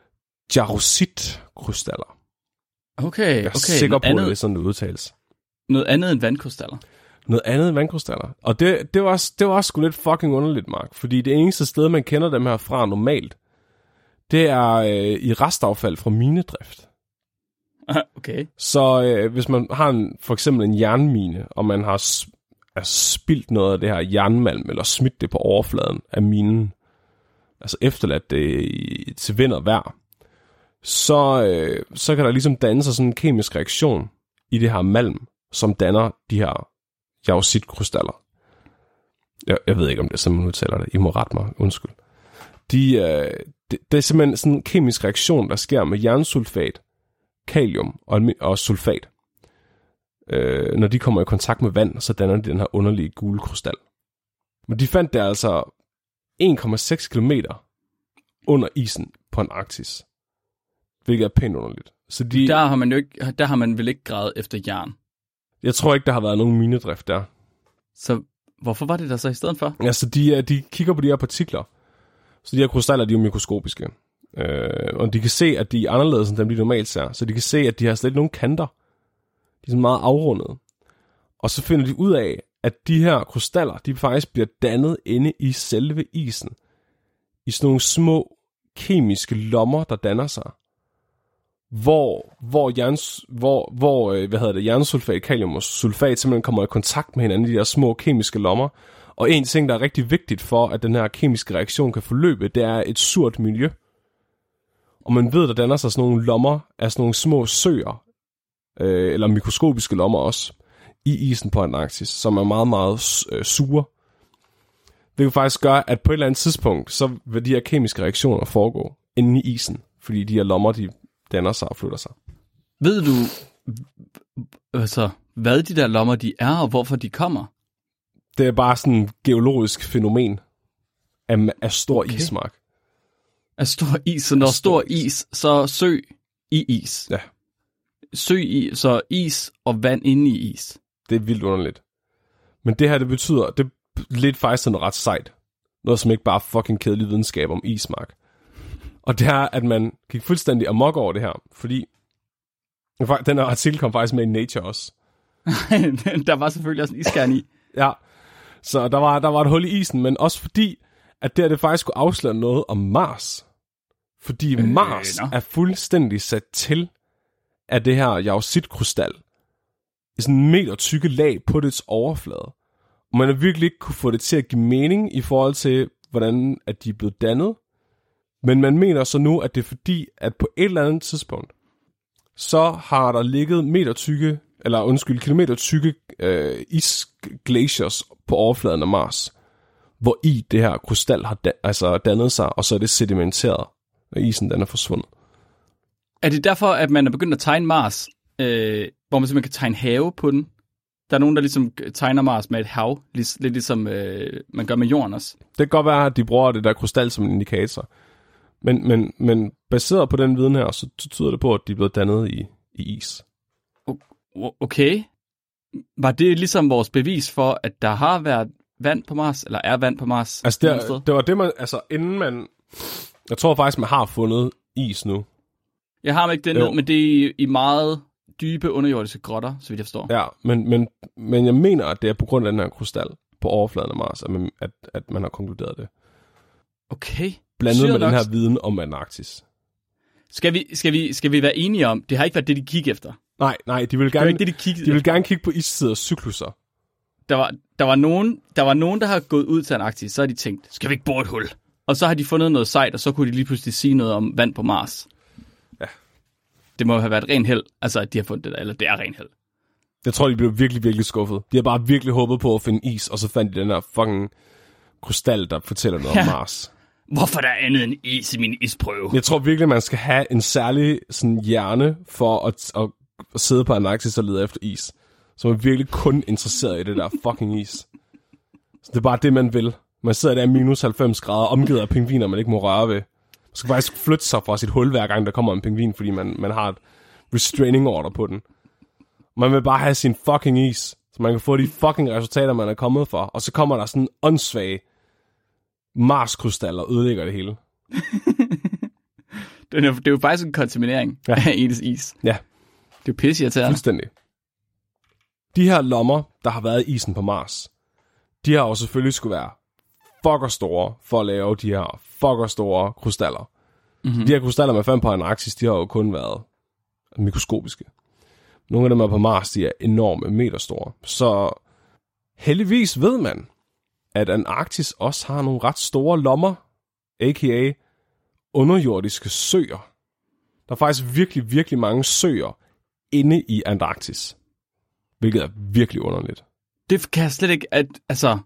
jarositkrystaller. Okay, Jeg er okay. sikker på, andet, at det er sådan, det udtales. Noget andet end vandkrystaller. Noget andet end vandkrystaller. Og det, det, var, det var sgu lidt fucking underligt, Mark. Fordi det eneste sted, man kender dem her fra normalt, det er øh, i restaffald fra minedrift. Okay. Så øh, hvis man har en, for eksempel en jernmine, og man har s- altså, spildt noget af det her jernmalm, eller smidt det på overfladen af minen, altså efterladt det i, til vind og vejr, så, øh, så kan der ligesom danne sig sådan en kemisk reaktion i det her malm, som danner de her jarositkrystaller. Jeg, jeg ved ikke, om det er sådan, man udtaler det. I må rette mig. Undskyld. De, øh, det, det er simpelthen sådan en kemisk reaktion, der sker med jernsulfat, kalium og, og sulfat. Øh, når de kommer i kontakt med vand, så danner de den her underlige gule krystal. Men de fandt det altså en komma seks kilometer under isen på Antarktis. Hvilket er pænt underligt. Så de, der har man jo ikke, der har man vel ikke gravet efter jern. Jeg tror ikke, der har været nogen minedrift der. Så hvorfor var det der så i stedet for? Ja, så de, de kigger på de her partikler. Så de her krystaller, de er jo mikroskopiske. Øh, og de kan se, at de er anderledes, end dem de normalt ser. Så de kan se, at de har slet ikke nogen kanter. De er sådan meget afrundede. Og så finder de ud af, at de her krystaller, de faktisk bliver dannet inde i selve isen. I sådan nogle små kemiske lommer, der danner sig. Hvor, hvor, jerns, hvor, hvor hvad hedder det, jernsulfat, kalium og sulfat simpelthen kommer i kontakt med hinanden i de der små kemiske lommer. Og en ting, der er rigtig vigtigt for, at den her kemiske reaktion kan forløbe, det er et surt miljø. Og man ved, der danner sig sådan nogle lommer af sådan nogle små søer, øh, eller mikroskopiske lommer også, i isen på Antarktis, som er meget, meget øh, sure. Det kan faktisk gøre, at på et eller andet tidspunkt, så vil de her kemiske reaktioner foregå inde i isen, fordi de her lommer, de danner sig og flytter sig. Ved du, altså, hvad de der lommer, de er, og hvorfor de kommer? Det er bare sådan et geologisk fænomen af, af stor okay. ismark. Af stor is, så når stor is. is, så sø i is. Ja. Sø i, så is og vand inde i is. Det er vildt underligt. Men det her, det betyder, det er lidt faktisk noget ret sejt. Noget, som ikke bare er fucking kedelig videnskab om ismark. Og det er, at man gik fuldstændig amok over det her, fordi den her artikel kom faktisk med i Nature også. Der var selvfølgelig også en iskern i. Ja, så der var, der var et hul i isen, men også fordi, at det, det faktisk skulle afsløre noget om Mars. Fordi øh, Mars no. er fuldstændig sat til af det her jausitkrystal. I sådan en meter tykke lag på dets overflade. Og man har virkelig ikke kunne få det til at give mening i forhold til, hvordan at de er blevet dannet. Men man mener så nu, at det er fordi, at på et eller andet tidspunkt, så har der ligget meter tykke, eller undskyld, kilometer tykke øh, isglaciers på overfladen af Mars, hvor i det her krystal har da, altså dannet sig, og så er det sedimenteret, og isen den er forsvundet. Er det derfor, at man er begyndt at tegne Mars, øh, hvor man simpelthen kan tegne have på den? Der er nogen, der ligesom tegner Mars med et hav, lidt, lidt ligesom øh, man gør med jorden også. Det kan godt være, at de bruger det der krystal som en indikator. Men, men, men baseret på den viden her, så tyder det på, at de er blevet dannet i, i is. Okay. Var det ligesom vores bevis for, at der har været vand på Mars, eller er vand på Mars? Altså, det, det var det, man... Altså, inden man... Jeg tror faktisk, man har fundet is nu. Jeg har ikke det ned, men det er i, i meget dybe underjordiske grotter, så vidt jeg forstår. Ja, men, men, men jeg mener, at det er på grund af den her krystal på overfladen af Mars, at man, at, at man har konkluderet det. Okay. Blandet med den her viden om Antarktis. Skal vi, skal, vi, skal vi være enige om, det har ikke været det, de kiggede efter? Nej, nej, de vil gerne, det, de kiggede de vil gerne kigge på istiders cykluser. Der var, der, var nogen, der var nogen, der har gået ud til Antarktis, så har de tænkt, skal vi ikke bore et hul? Og så har de fundet noget sejt, og så kunne de lige pludselig sige noget om vand på Mars. Ja. Det må have været ren held, altså at de har fundet det der, eller det er ren held. Jeg tror, de blev virkelig, virkelig skuffet. De har bare virkelig håbet på at finde is, og så fandt de den her fucking krystal, der fortæller noget ja. om Mars. Hvorfor der er andet end is i min isprøve? Jeg tror virkelig, man skal have en særlig sådan, hjerne for at, at, at sidde på Antarktis og lede efter is. Så man er virkelig kun interesseret i det der fucking is. Så det er bare det, man vil. Man sidder der i minus halvfems grader, omgivet af pingviner, man ikke må røre ved. Man skal faktisk flytte sig fra sit hul, hver gang der kommer en pingvin, fordi man, man har et restraining order på den. Man vil bare have sin fucking is, så man kan få de fucking resultater, man er kommet for. Og så kommer der sådan en åndssvag Mars-krystal og ødelægger det hele. det, er jo, det er jo faktisk en kontaminering ja. af ens is. Ja. Det er jo pisseirriterende. Fuldstændig. De her lommer, der har været i isen på Mars, de har jo selvfølgelig skulle være fucker store for at lave de her fucker store krystaller. Mm-hmm. De her krystaller, man fandt på Antarktis, de har jo kun været mikroskopiske. Nogle af dem er på Mars, de er enorme, meterstore. Så heldigvis ved man, at Antarktis også har nogle ret store lommer, a k a underjordiske søer. Der er faktisk virkelig, virkelig mange søer inde i Antarktis. Hvilket er virkelig underligt. Det kan jeg slet ikke, at, altså,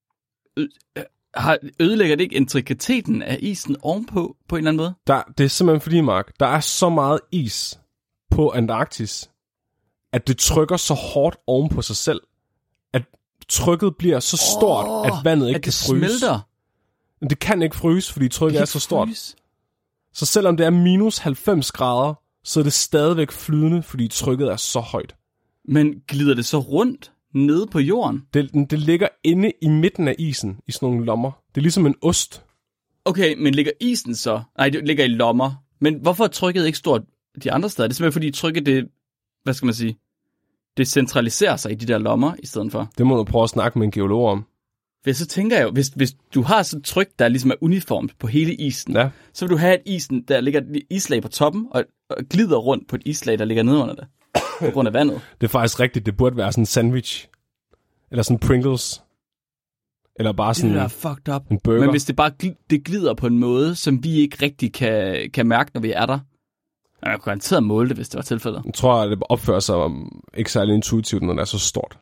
ødelægger det ikke intrikateten af isen ovenpå, på en eller anden måde? Der, det er simpelthen fordi, Mark, der er så meget is på Antarktis, at det trykker så hårdt oven på sig selv, at trykket bliver så stort, oh, at vandet ikke at kan det fryse. Smelter. Men det kan ikke fryse, fordi trykket er så stort. Fryse. Så selvom det er minus halvfems grader, så er det stadigvæk flydende, fordi trykket er så højt. Men glider det så rundt nede på jorden? Det, det ligger inde i midten af isen, i sådan nogle lommer. Det er ligesom en ost. Okay, men ligger isen så? Nej, det ligger i lommer. Men hvorfor er trykket ikke stort de andre steder? Det er simpelthen fordi trykket, det, hvad skal man sige, det centraliserer sig i de der lommer i stedet for. Det må du prøve at snakke med en geolog om. For så tænker jeg jo, hvis, hvis du har sådan et tryk, der ligesom er uniformt på hele isen, ja. så vil du have et isen, der ligger et islag på toppen, og, og glider rundt på et islag, der ligger nede under det. På grund af vandet. Det er faktisk rigtigt. Det burde være sådan en sandwich. Eller sådan Pringles. Eller bare sådan det er fucked up. En burger. Men hvis det bare gl- det glider på en måde, som vi ikke rigtig kan, kan mærke, når vi er der. Jeg kunne garanteret måle det, hvis det var tilfældet. Jeg tror, at det opfører sig ikke særlig intuitivt, når det er så stort.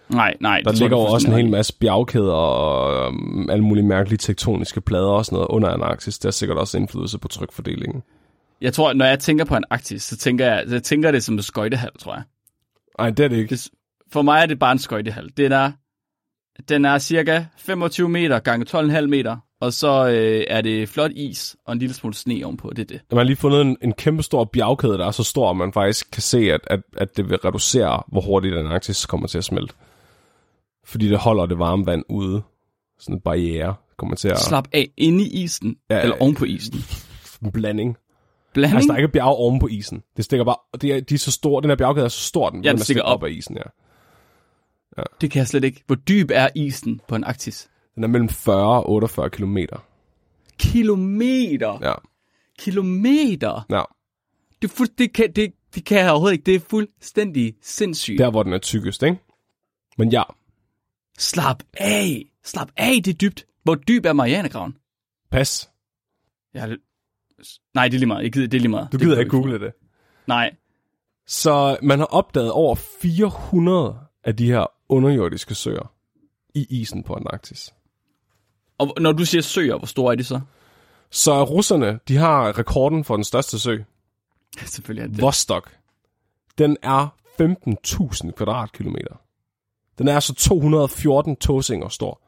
Nej, nej. Der ligger jo også en hel masse bjergkæder og um, alle mulige mærkelige tektoniske plader og sådan noget under Antarktis. Der er sikkert også indflydelse på trykfordelingen. Jeg tror, når jeg tænker på Antarktis, så tænker jeg, jeg tænker det som en skøjtehal, tror jeg. Nej, det er det ikke. Det, for mig er det bare en skøjtehal. Den er, den er cirka femogtyve meter gange tolv komma fem meter, og så øh, er det flot is og en lille smule sne ovenpå. Det er det. Man har lige fundet en, en kæmpe stor bjergkæde, der er så stor, at man faktisk kan se, at, at, at det vil reducere, hvor hurtigt Antarktis kommer til at smelte. Fordi det holder det varme vand ude. Sådan en barriere kommer til at... Slap af inde i isen, ja, eller oven på isen. En blanding. Blanding? Altså, der er ikke bjerg oven på isen. Det stikker bare... Det er, de er så store, den her bjergkæde er så stor, den, ja, den stikker op. op af isen, ja. Ja. Det kan jeg slet ikke. Hvor dyb er isen på Antarktis? Den er mellem fyrre og otteogfyrre kilometer. Kilometer? Ja. Kilometer? Ja. Det, fuld, det, kan, det, det kan jeg overhovedet ikke. Det er fuldstændig sindssygt. Der, hvor den er tykkest, ikke? Men ja. Slap af. Slap af, det er dybt. Hvor dyb er Marianergraven? Pas. Jeg... Nej, det er lige meget. Jeg gider, det er lige meget. Du gider ikke google det. Nej. Så man har opdaget over fire hundrede af de her underjordiske søer i isen på Antarktis. Og når du siger søer, hvor store er de så? Så russerne, de har rekorden for den største sø. Selvfølgelig er det. Vostok. Den er femten tusind kvadratkilometer. Den er altså to hundrede og fjorten tåsinger stor.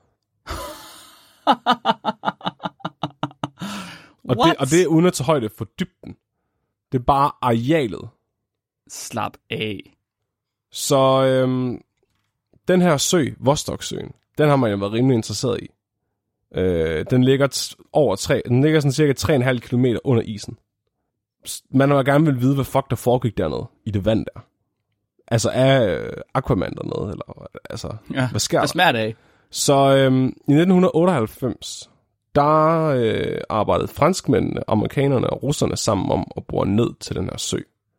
og, det, og det er uden at tage højde for dybden. Det er bare arealet. Slap af. Så øhm, den her sø, Vostoksøen, den har man jo været rimelig interesseret i. Øh, den ligger t- over tre, den ligger sådan cirka tre komma fem kilometer under isen. Man har gerne vil vide, hvad fuck der foregik dernede i det vand der. Altså er øh, Aquaman dernede, eller altså, ja, hvad sker der? Hvad smager det af? Så øhm, i nitten otteoghalvfems, der øh, arbejdede franskmændene, amerikanerne og russerne sammen om at bore ned til den her sø.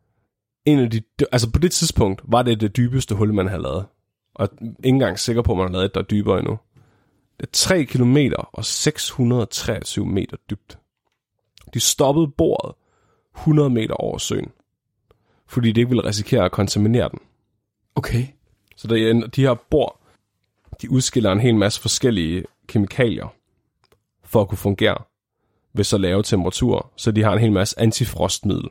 En af de, altså på det tidspunkt var det det dybeste hul, man havde lavet. Og jeg er ikke engang sikker på, at man har lavet et, der er dybere endnu. Det er tre kilometer og seks hundrede og treogtyve meter dybt. De stoppede boret hundrede meter over søen, fordi de ikke ville risikere at kontaminere den. Okay. Så der, de her bor, de udskiller en hel masse forskellige kemikalier for at kunne fungere ved så lave temperaturer, så de har en hel masse antifrostmiddel,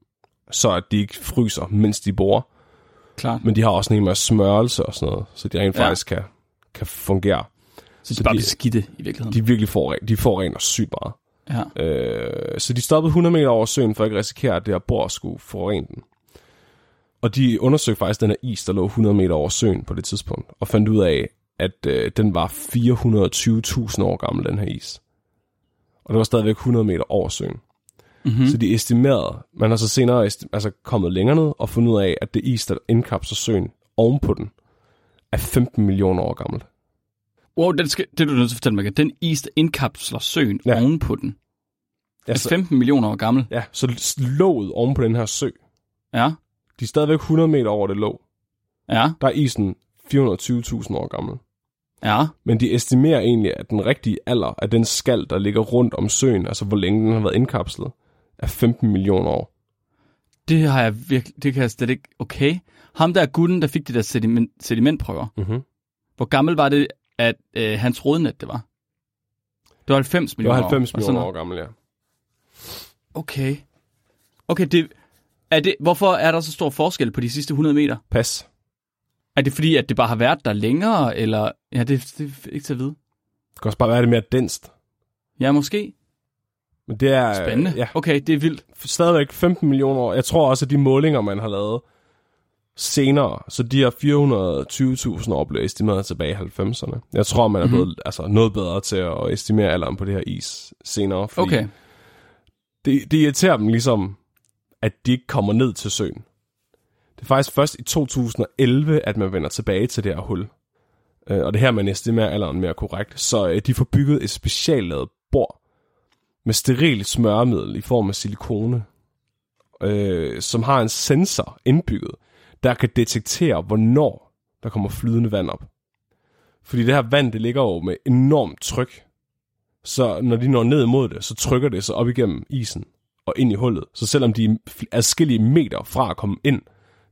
så at de ikke fryser, mens de borer. Klart. Men de har også en hel masse smørelse og sådan noget, så de rent ja. faktisk kan, kan fungere. Så de så bare de, beskidte i virkeligheden. De virkelig får, de får rent og sygt meget. Ja. Øh, så de stoppede hundrede meter over søen, for at ikke risikere, at det her bor skulle forurene den. Og de undersøgte faktisk den her is, der lå hundrede meter over søen på det tidspunkt, og fandt ud af, at øh, den var fire hundrede og tyve tusind år gammel, den her is. Og det var stadigvæk hundrede meter over søen. Mm-hmm. Så de estimerede, man har så senere esti- altså kommet længere ned og fundet ud af, at det is, der indkapsler søen ovenpå den, er femten millioner år gammelt. Wow, det, skal, det er du nødt til at fortælle mig. Den is, der indkapsler søen ja. ovenpå den, er ja, så, femten millioner år gammel. Ja, så låget ovenpå den her sø. Ja. De er stadigvæk hundrede meter over det låg. Ja. Der er isen fire hundrede og tyve tusind år gammel. Ja. Men de estimerer egentlig, at den rigtige alder af den skal, der ligger rundt om søen, altså hvor længe den har været indkapslet, er femten millioner år. Det har jeg virkelig, det kan jeg slet ikke, okay. Ham der gutten, der fik de der sediment, sedimentprøver. Mm-hmm. Hvor gammel var det, at øh, hans rodnet det var? Det var halvfems millioner år. Det var halvfems millioner år gammel, ja. Okay. Okay, det, er det, hvorfor er der så stor forskel på de sidste hundrede meter? Pas. Er det fordi, at det bare har været der længere, eller... Ja, det, det er ikke til at vide. Det kan også bare være det mere denst. Ja, måske. Men det er... Spændende. Ja. Okay, det er vildt. Stadigvæk femten millioner år. Jeg tror også, at de målinger, man har lavet senere, så de her fire hundrede og tyve tusind år blev estimeret tilbage i halvfemserne. Jeg tror, man er blevet mm-hmm. altså, noget bedre til at estimere alderen på det her is senere. Fordi okay. Det, det irriterer dem ligesom, at de ikke kommer ned til søen. Det er faktisk først i to tusind og elleve, at man vender tilbage til det her hul. Øh, og det her, man estimerer alderen mere korrekt. Så øh, de får bygget et speciallavet bor med sterilt smøremiddel i form af silikone, øh, som har en sensor indbygget, der kan detektere, hvornår der kommer flydende vand op. Fordi det her vand, det ligger jo med enormt tryk. Så når de når ned imod det, så trykker det sig op igennem isen og ind i hullet. Så selvom de er adskillige meter fra at komme ind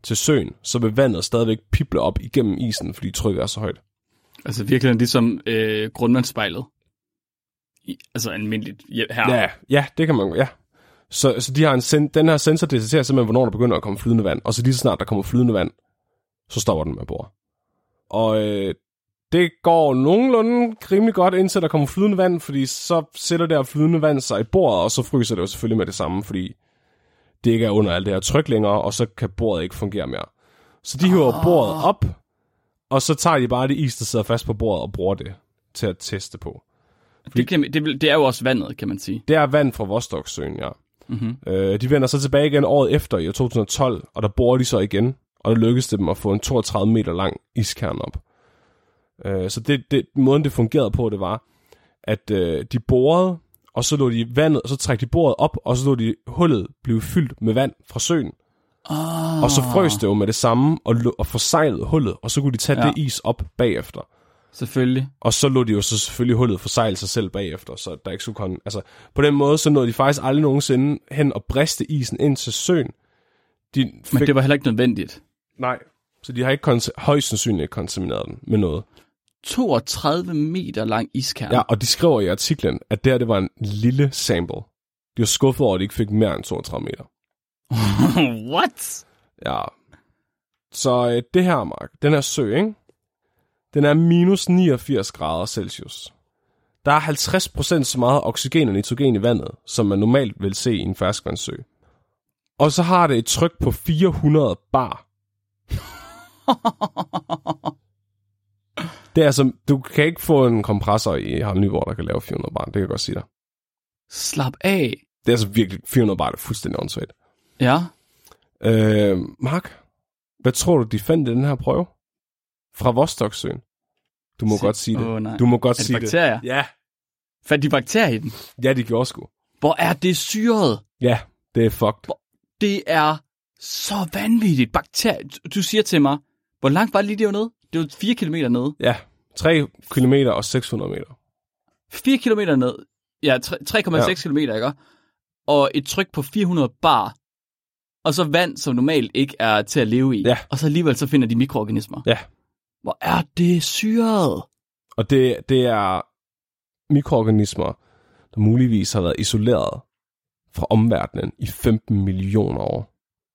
til søen, så vil vandet stadigvæk pible op igennem isen, fordi trykket er så højt. Altså virkelig ligesom øh, grundvandsspejlet. I, altså almindeligt her. Ja, ja, det kan man, ja. Så, så de har en sen, den her sensor detekterer simpelthen, hvornår der begynder at komme flydende vand, og så lige så snart der kommer flydende vand, så stopper den med at bore. Og øh, det går nogenlunde rimelig godt, indtil der kommer flydende vand, fordi så sætter det her flydende vand sig i boret, og så fryser det jo selvfølgelig med det samme, fordi det ikke er under alt det her tryk længere, og så kan boret ikke fungere mere. Så de hiver oh. boret op, og så tager de bare det is, der sidder fast på bordet, og bruger det til at teste på. Det, kan, det, det er jo også vandet, kan man sige. Det er vand fra Vostoksøen, ja. Mm-hmm. Øh, de vender så tilbage igen året efter, i to tusind og tolv, og der borer de så igen, og der lykkedes det dem at få en toogtredive meter lang iskern op. Øh, så det, det, måden det fungerede på, det var, at øh, de borede, og så lå de vandet, og så trækkte de boret op, og så lå de hullet blive fyldt med vand fra søen. Oh. Og så frøs det jo med det samme, og, og forseglede hullet, og så kunne de tage ja. det is op bagefter. Selvfølgelig. Og så lå de jo så selvfølgelig hullet forsejle sig selv bagefter, så der ikke skulle komme... Altså, på den måde, så nåede de faktisk aldrig nogensinde hen og briste isen ind til søen. De fik... Men det var heller ikke nødvendigt. Nej, så de har ikke kons- højst sandsynligt kontamineret den med noget. toogtredive meter lang iskern. Ja, og de skriver i artiklen, at det her, det var en lille sample. De var skuffet over, at de ikke fik mere end toogtredive meter. What? Ja. Så øh, det her, Mark, den her sø, ikke? Den er minus niogfirs grader Celsius. Der er halvtreds procent så meget oxygen og nitrogen i vandet, som man normalt vil se i en ferskvandssø. Og så har det et tryk på fire hundrede bar. Det er altså, du kan ikke få en kompressor i Harald Nyborg, der kan lave fire hundrede bar. Det kan jeg godt sige dig. Slap af. Det er altså virkelig, fire hundrede bar, det er fuldstændig åndssvagt. Ja. Øh, Mark, hvad tror du, de fandt i den her prøve? Fra Vostoksøen. Du må si- godt sige det. Oh, du må godt er det sige bakterier? det. Ja. Fandt de bakterier i den? Ja, de gjorde sgu. Hvor er det syret? Ja, det er fucked. Det er så vanvittigt. Bakterier. Du siger til mig, hvor langt var det lige dernede? Det var fire kilometer nede. Ja, tre kilometer og seks hundrede meter. fire kilometer ned. Ja, tre komma seks ja. kilometer, ikke? Og et tryk på fire hundrede bar. Og så vand, som normalt ikke er til at leve i. Ja. Og så alligevel så finder de mikroorganismer. Ja. Hvor er det syret? Og det, det er mikroorganismer, der muligvis har været isoleret fra omverdenen i femten millioner år.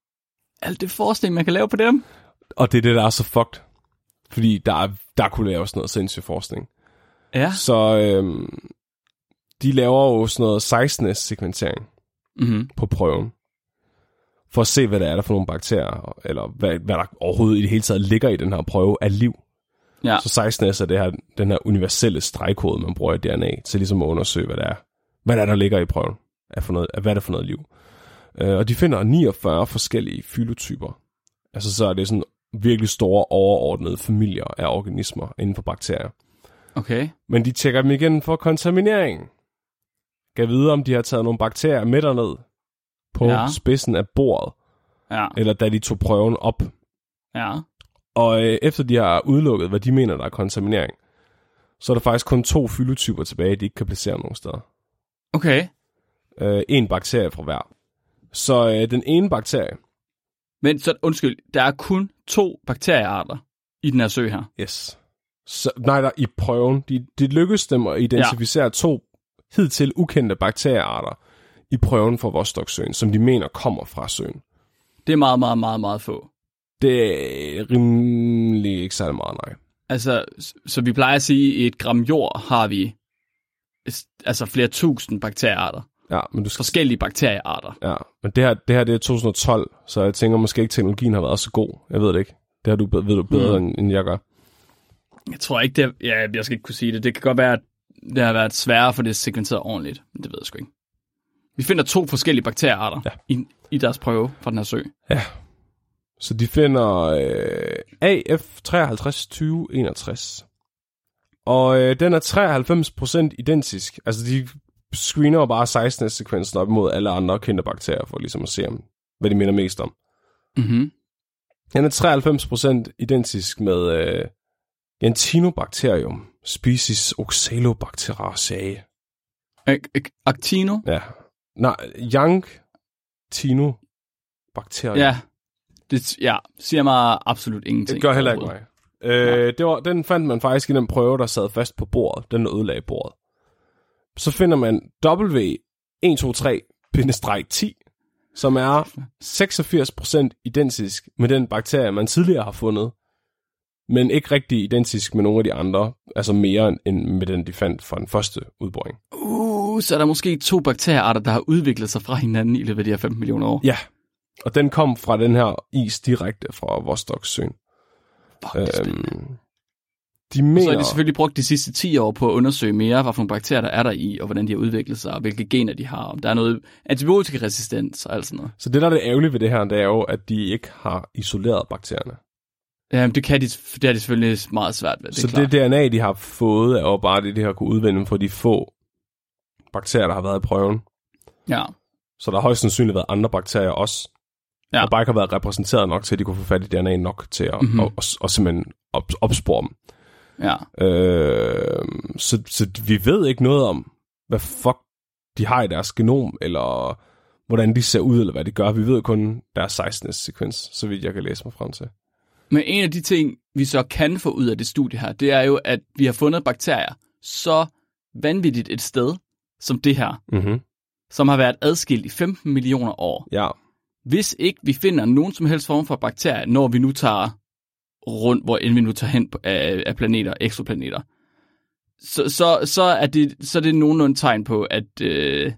Alt det forskning, man kan lave på dem. Og det er det, der er så fucked. Fordi der, er, der kunne laves noget sindssyg forskning. Ja. Så øhm, de laver jo sådan noget seksten S-sekventering mm-hmm. på prøven. For at se, hvad der er der for nogle bakterier, eller hvad, hvad der overhovedet i det hele taget ligger i den her prøve af liv. Ja. Så seksten S er det her, den her universelle stregkode, man bruger i D N A, til ligesom at undersøge, hvad der er, hvad der, er, der ligger i prøven, af for noget, af hvad er det for noget liv. Uh, og de finder niogfyrre forskellige fylotyper. Altså så er det sådan virkelig store, overordnede familier af organismer inden for bakterier. Okay. Men de tjekker dem igen for kontaminering. Kan vide, om de har taget nogle bakterier med derned på ja. spidsen af bordet, ja. eller da de tog prøven op. Ja. Og øh, efter de har udelukket, hvad de mener, der er kontaminering, så er der faktisk kun to fylotyper tilbage, de ikke kan placere nogen steder. Okay. Øh, en bakterie fra hver. Så øh, den ene bakterie... Men så, undskyld, der er kun to bakteriearter i den her sø her? Yes. Så, nej, der i prøven. De, de lykkedes dem at identificere ja. to hidtil ukendte bakteriearter i prøven for Vostoksøen, som de mener kommer fra søen. Det er meget, meget, meget, meget få. Det er rimelig ikke særlig meget, nej. Altså, så vi plejer at sige, at i et gram jord har vi altså flere tusind bakteriearter. Ja, men du skal... Forskellige bakteriearter. Ja, men det her, det her det er to tusind og tolv, så jeg tænker måske ikke, teknologien har været så god. Jeg ved det ikke. Det har du, ved du bedre, mm. end jeg gør. Jeg tror ikke, det ja, jeg skal ikke kunne sige det. Det kan godt være, at det har været sværere for det sekventeret ordentligt. Men det ved jeg sgu ikke. Vi finder to forskellige bakteriearter ja. i, i deres prøve fra den her sø. Ja. Så de finder øh, A F treoghalvtreds tyve enogtres. Og øh, den er treoghalvfems procent identisk. Altså de screener bare seksten S-sekvensen op mod alle andre kendte bakterier, for ligesom at se, om, hvad de minder mest om. Mhm. Den er treoghalvfems procent identisk med øh, Actinobacterium, species Oxalobacteriaceae. Actino? Ja. Nej, Young Tino Bacterium. Ja. Det ja, siger mig absolut ingenting. Det gør heller ikke mig. Øh, det var, den fandt man faktisk i den prøve, der sad fast på bordet. Den ødelagde bordet. Så finder man W et to tre ti, som er seksogfirs procent identisk med den bakterie, man tidligere har fundet, men ikke rigtig identisk med nogle af de andre, altså mere end med den, de fandt fra den første udboring. Uh, så er der måske to bakteriearter, der har udviklet sig fra hinanden i løbet af de her femten millioner år. Ja, og den kom fra den her is direkte fra Vostoksøen. Fuck, det er øhm, de mener... Så har de selvfølgelig brugt de sidste ti år på at undersøge mere, hvad for nogle bakterier der er der i, og hvordan de har udviklet sig, og hvilke gener de har, om der er noget antibiotikaresistens og alt sådan noget. Så det, der er det ærgerlige ved det her, det er jo, at de ikke har isoleret bakterierne. Jamen, det, kan de, det er de selvfølgelig meget svært ved. Det så klart. det D N A, de har fået, er jo bare det, de har kunnet udvinde for de få bakterier, der har været i prøven. Ja. Så der har højst sandsynligt været andre bakterier også, ja. Der bare ikke har været repræsenteret nok til, at de kunne få fat i D N A nok til at mm-hmm. og, og, og simpelthen op, opspore dem. Ja. Øh, så, så vi ved ikke noget om, hvad fuck de har i deres genom, eller hvordan de ser ud, eller hvad de gør. Vi ved kun deres seksten sekvens, så vidt jeg kan læse mig frem til. Men en af de ting, vi så kan få ud af det studie her, det er jo, at vi har fundet bakterier så vanvittigt et sted, som det her, mm-hmm. som har været adskilt i femten millioner år. Ja. Hvis ikke vi finder nogen som helst form for bakterier, når vi nu tager rundt, hvor end vi nu tager hen af, af planeter, eksoplaneter, så, så, så, er det, så er det nogenlunde tegn på, at, øh,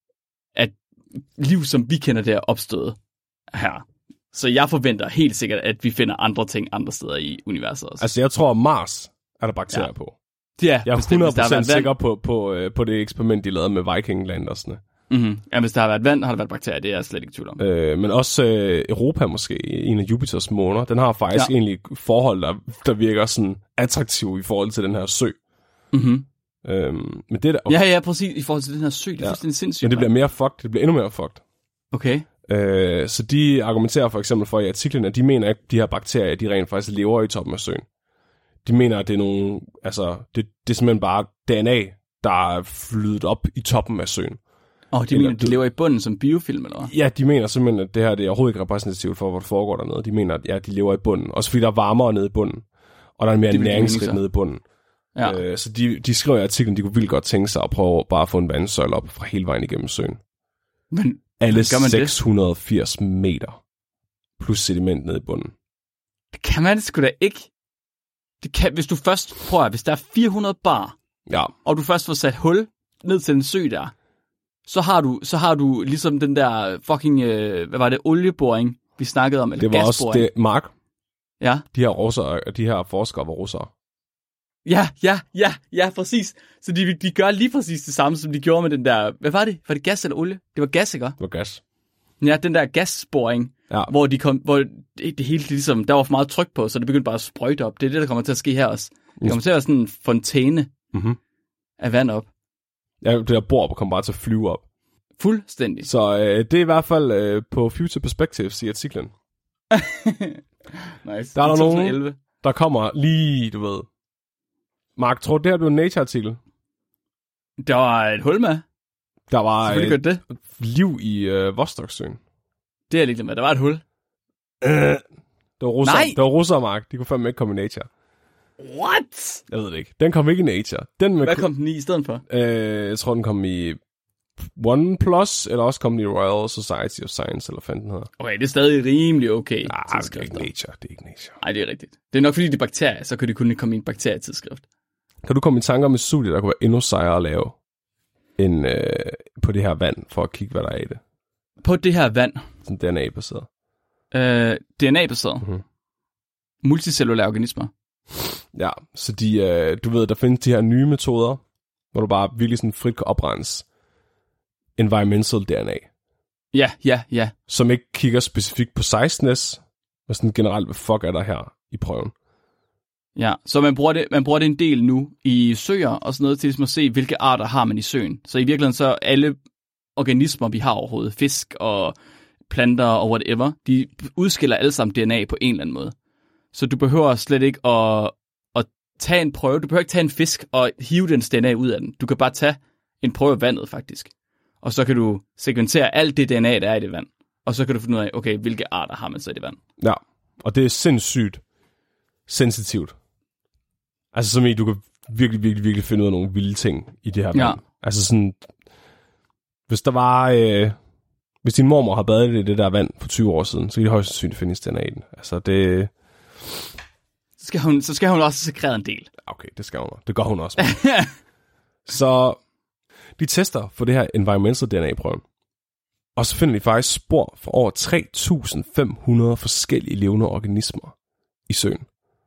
at liv, som vi kender, det er opstået her. Så jeg forventer helt sikkert, at vi finder andre ting andre steder i universet også. Altså, jeg tror, Mars er der bakterier ja. På. Ja, jeg er bestemt, hundrede procent sikker på, på, på det eksperiment, de lavede med Viking-landersne. Mm-hmm. Ja, hvis der har været vand, har der været bakterier, det er jeg slet ikke tvivl om. Øh, men også øh, Europa måske, en af Jupiters måner, den har faktisk ja. Egentlig forhold, der, der virker sådan attraktive i forhold til den her sø. Mm-hmm. Øhm, men det der, okay. Ja, ja, præcis, i forhold til den her sø, det er ja. Fuldstændig sindssygt. Men det bliver mere fucked, det bliver endnu mere fucked. Okay. Øh, så de argumenterer for eksempel for i artiklen, at de mener ikke, at de her bakterier, de rent faktisk lever i toppen af søen. De mener, at det er nogle, altså, det, det er simpelthen bare D N A, der er flydet op i toppen af søen. Og oh, de eller, mener, at de lever i bunden som biofilm, eller hvad? Ja, de mener simpelthen, at det her det er overhovedet ikke repræsentativt for, hvad der foregår dernede. De mener, at ja, de lever i bunden. Også fordi der er varmere nede i bunden. Og der er mere næringsrigt nede i bunden. Ja. Øh, så de, de skriver i artiklen, de kunne vildt godt tænke sig at prøve bare at få en vandsøjle op fra hele vejen igennem søen. Men alle seks hundrede og firs meter. Plus sediment nede i bunden. Det kan man sgu da ikke. Det kan, hvis du først, prøver at, hvis der er fire hundrede bar, ja. Og du først får sat hul ned til en sø der, så har du, så har du ligesom den der fucking, øh, hvad var det, olieboring, vi snakkede om, eller det var gasboring. Også det, Mark. Ja. De her russere, de her forskere var russere. Ja, ja, ja, ja, præcis. Så de, de gør lige præcis det samme, som de gjorde med den der, hvad var det? Var det gas eller olie? Det var gas, ikke? Det var gas. Ja, den der gasboring, ja. Hvor de kom, hvor det, det hele ligesom, der var for meget tryk på, så det begyndte bare at sprøjte op. Det er det, der kommer til at ske her også. Det kommer til at være sådan en fontæne mm-hmm. af vand op. Ja, det der bord kommer bare til at flyve op. Fuldstændig. Så øh, det er i hvert fald øh, på Future Perspectives i artiklen. Nice. Der er der nogen, der kommer lige, du ved. Mark, tror du, det her blev en Nature-artikel? Der var et hul med. Der var et det. liv i øh, Vostoksøen. Det er jeg ligeglad med. Der var et hul. Øh, det var russer, Nej! Det var russer, Mark. De kunne fandme ikke komme i Nature. What? Jeg ved det ikke. Den kom ikke i Nature. Den med Hvad kom den i i stedet for? Øh, jeg tror, den kom i OnePlus, eller også kom den i Royal Society of Science, eller hvad den hedder. Okay, det er stadig rimelig okay. Nej, det er ikke Nature. Det er ikke Nature. Nej, det er rigtigt. Det er nok fordi, det er bakterier, så kan det kun komme i en bakterietidsskrift. Kan du komme i tanker om et studie, der kunne være endnu sejere at lave, end øh, på det her vand, for at kigge, hvad der er i det? På det her vand? Sådan D N A-baseret. Øh, D N A-baseret? Mm-hmm. Multicellulære organismer? Ja, så de, øh, du ved, der findes de her nye metoder, hvor du bare virkelig sådan frit kan oprense environmental D N A. Ja, ja, ja. Som ikke kigger specifikt på sizeness, men sådan generelt, hvad fuck er der her i prøven. Ja, så man bruger, det, man bruger det en del nu i søer og sådan noget, til ligesom at se, hvilke arter har man i søen. Så i virkeligheden så alle organismer, vi har overhovedet, fisk og planter og whatever, de udskiller alle sammen D N A på en eller anden måde. Så du behøver slet ikke at, at tage en prøve. Du behøver ikke tage en fisk og hive dens D N A ud af den. Du kan bare tage en prøve af vandet, faktisk. Og så kan du sekventere alt det D N A, der er i det vand. og så kan du finde ud af, okay, hvilke arter har man så i det vand. Ja, og det er sindssygt sensitivt. Altså som i, du kan virkelig, virkelig, virkelig finde ud af nogle vilde ting i det her vand. Ja. Altså sådan, hvis der var, øh, hvis din mormor har badet i det der vand for tyve år siden, så kan det højst sandsynligt findes D N A i den. Altså det... Så skal hun, så skal hun også sekrere en del. Okay, det skal hun. Det gør hun også. Så de tester for det her environmental D N A-prøven. Og så finder de faktisk spor for over tre tusind fem hundrede forskellige levende organismer i søen.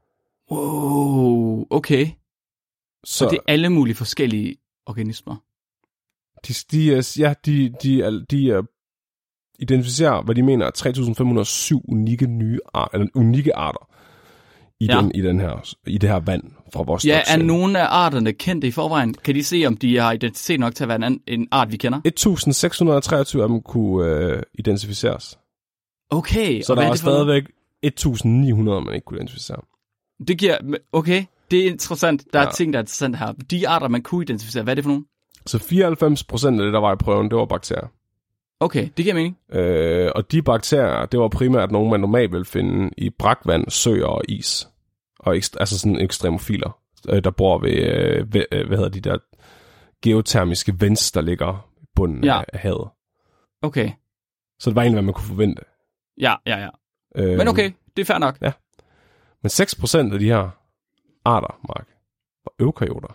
Wow, okay. Så og det er alle mulige forskellige organismer? De, de, er, ja, de, de, er, de er identificerer, hvad de mener er tre tusind fem hundrede og syv unikke nye arter, eller unikke arter i, ja. den, i, den her, i det her vand fra vores Ja, er nogle af arterne kendte i forvejen? Kan de se, om de har identitet nok til at være en, anden, en art, vi kender? et tusind seks hundrede og treogtyve af dem kunne øh, identificeres. Okay. Så der er stadigvæk et tusind ni hundrede, man ikke kunne identificere. Det giver... Okay, det er interessant. Der er ja. ting, der er interessant her. De arter, man kunne identificere, hvad er det for nogen? Så fireoghalvfems procent af det, der var i prøven, det var bakterier. Okay, det giver mening. Øh, og de bakterier, det var primært nogle, man normalt vil finde i brakvand, søer og is. Og ekst- altså sådan ekstremofiler, øh, der bor ved, øh, ved øh, hvad hedder de der geotermiske vents, der ligger i bunden ja. af havet. Okay. Så det var egentlig, hvad man kunne forvente. Ja, ja, ja. Øh, Men okay, det er fair nok. Ja. Men seks procent af de her arter, Mark, var eukaryoter.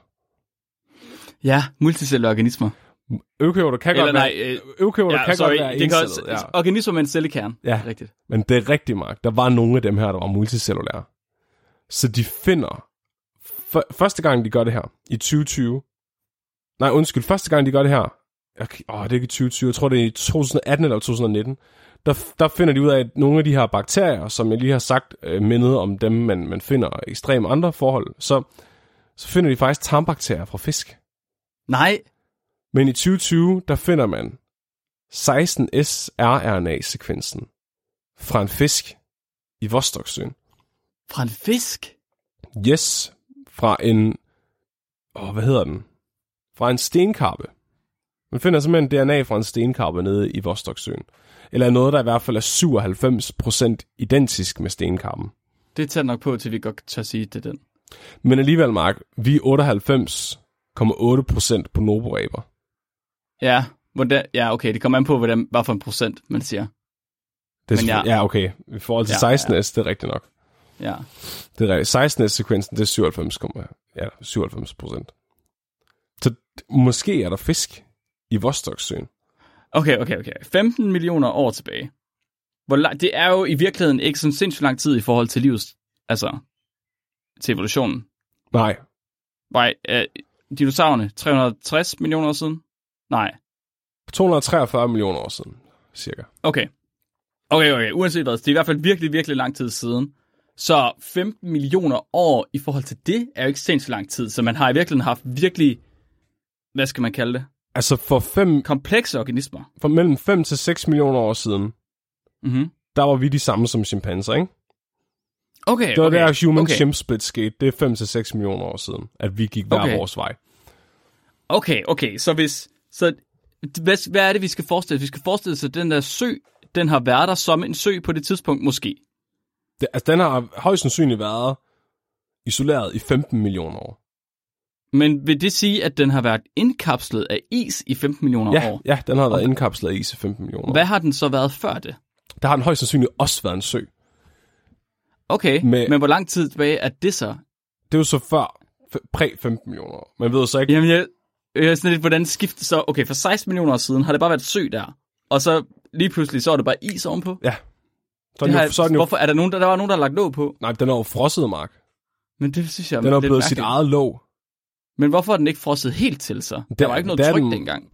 Ja, multicellulære organismer. Eukaryoter kan Eller godt nej, være, øh, eukaryoter ja, kan sorry, godt være det kan også, ja. organismer med en cellekerne. Ja, rigtigt. Men det er rigtigt, Mark. Der var nogle af dem her, der var multicellulære. Så de finder... For, første gang, de gør det her, i tyve tyve... Nej, undskyld. Første gang, de gør det her... Okay, åh, det er ikke i tyve tyve. Jeg tror, det er i to tusind atten eller to tusind nitten. Der, der finder de ud af, at nogle af de her bakterier, som jeg lige har sagt, øh, mindet om dem, man, man finder i ekstremt andre forhold, så, så finder de faktisk tarmbakterier fra fisk. Nej. Men i tyve tyve, der finder man seksten S R N A-sekvensen fra en fisk i Vostoksøen. Fra en fisk? Yes, fra en... Åh, hvad hedder den? Fra en stenkarpe. Man finder simpelthen D N A fra en stenkarpe nede i Vostoksøen. Eller noget, der i hvert fald er syvoghalvfems procent identisk med stenkarpen. Det er tæt nok på, til vi godt tør sige, det er den. Men alligevel, Mark, vi er otteoghalvfems komma otte procent på Noboræber. Ja, hvordan, ja, okay, det kommer an på, hvordan, hvad for en procent, man siger. Det er Men ja, ja, okay. I forhold til ja, seksten S, ja. Det er rigtigt nok. Ja. Det er rigtigt. seksten S-sekvensen, det er syvoghalvfems, ja, syvoghalvfems procent. Så måske er der fisk i Vostoksøen. Okay, okay, okay. femten millioner år tilbage. Hvor lang, det er jo i virkeligheden ikke sådan sindssygt lang tid i forhold til livets, altså til evolutionen. Nej. Nej, øh, dinosaurerne, tre hundrede og tres millioner år siden? Nej. to hundrede og treogfyrre millioner år siden, cirka. Okay. Okay, okay. Uanset hvad, det er i hvert fald virkelig, virkelig lang tid siden. Så femten millioner år i forhold til det er jo ikke sindssygt lang tid, så man har i virkeligheden haft virkelig, hvad skal man kalde det? Altså for fem... Komplekse organismer. For mellem fem til seks millioner år siden, mm-hmm. der var vi de samme som chimpanser, ikke? Okay, det var okay. der human okay. chimp split skete. Det er fem til seks millioner år siden, at vi gik hver okay. vores vej. Okay, okay. Så hvis... Så hvad, hvad er det, vi skal forestille? Vi skal forestille os, at den der sø, den har været der som en sø på det tidspunkt, måske. Det, altså, den har højst sandsynligt været isoleret i femten millioner år. Men vil det sige, at den har været indkapslet af is i femten millioner ja, år? Ja, den har været indkapslet af is i femten millioner år. Hvad har den så været før det? Der har den højst sandsynligt også været en sø. Okay, Med, men hvor lang tid tilbage er det så? Det er jo så før, præ femten millioner år. Man ved så ikke... Jamen, jeg, jeg er sådan lidt, hvordan skifter så... Okay, for seksten millioner år siden har det bare været sø der, og så lige pludselig, så er det bare is ovenpå? Ja. Så det jo, har, så er jo, hvorfor er der nogen, der, der var nogen, der har lagt låg på? Nej, den er jo frosset, Mark. Men det synes jeg... Den er jo blevet sit eget låg. Men hvorfor er den ikke frosset helt til så? Der, der var ikke noget tryk den... dengang.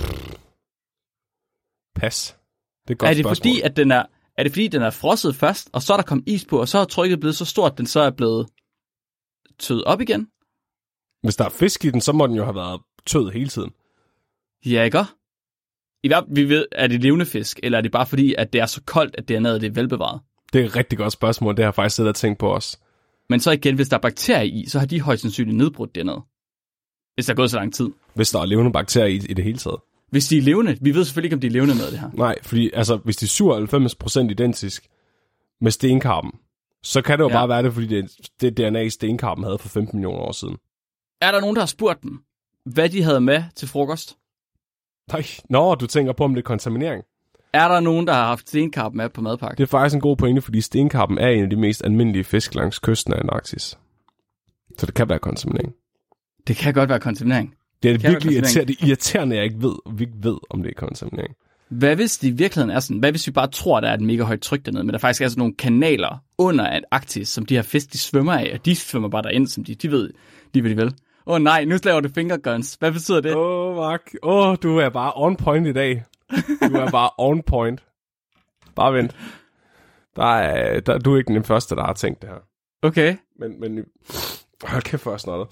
Pas. Det er, godt er det spørgsmål. fordi, at den er... Er det fordi, den er frosset først, og så er der kommet is på, og så er trykket blevet så stort, at den så er blevet tøet op igen? Hvis der er fisk i den, så må den jo have været tøet hele tiden. Ja, ikke? I hvert fald, vi ved, er det levende fisk, eller er det bare fordi, at det er så koldt, at D N A'et det er velbevaret? Det er et rigtig godt spørgsmål, det har jeg faktisk siddet og tænkt på os. Men så igen, hvis der er bakterier i, så har de højst sandsynligt nedbrudt D N A'et. Hvis der er gået så lang tid. Hvis der er levende bakterier i, i det hele taget. Hvis de er levende. Vi ved selvfølgelig ikke, om de er levende med det her. Nej, fordi altså, hvis de er syvoghalvfems procent identisk med stenkarpen, så kan det jo ja. bare være det, fordi det, det D N A, stenkarpen havde for femten millioner år siden. Er der nogen, der har spurgt dem, hvad de havde med til frokost? Nej, nå, du tænker på, om det er kontaminering. Er der nogen, der har haft stenkarpen med på madpakke? Det er faktisk en god pointe, fordi stenkarpen er en af de mest almindelige fisk langs kysten af Antarktis. Så det kan være kontaminering. Det kan godt være kontaminering. Det er det virkelig irriterende, det irriterende, jeg ikke ved, vi ikke ved, om det er kontaminering. Hvad hvis det i virkeligheden er sådan? Hvad hvis vi bare tror, der er et mega højt tryk dernede, men der faktisk er sådan nogle kanaler under Antarktis, som de her fisk, de svømmer af, og de svømmer bare derind, som de, de ved, de ved de vel. Åh oh, nej, nu laver du fingerguns. Hvad betyder det? Åh, oh, Mark. Åh, oh, du er bare on point i dag. Du er bare on point. Bare vent. Der er, der, du er ikke den første, der har tænkt det her. Okay. Men, men hold kæft for noget.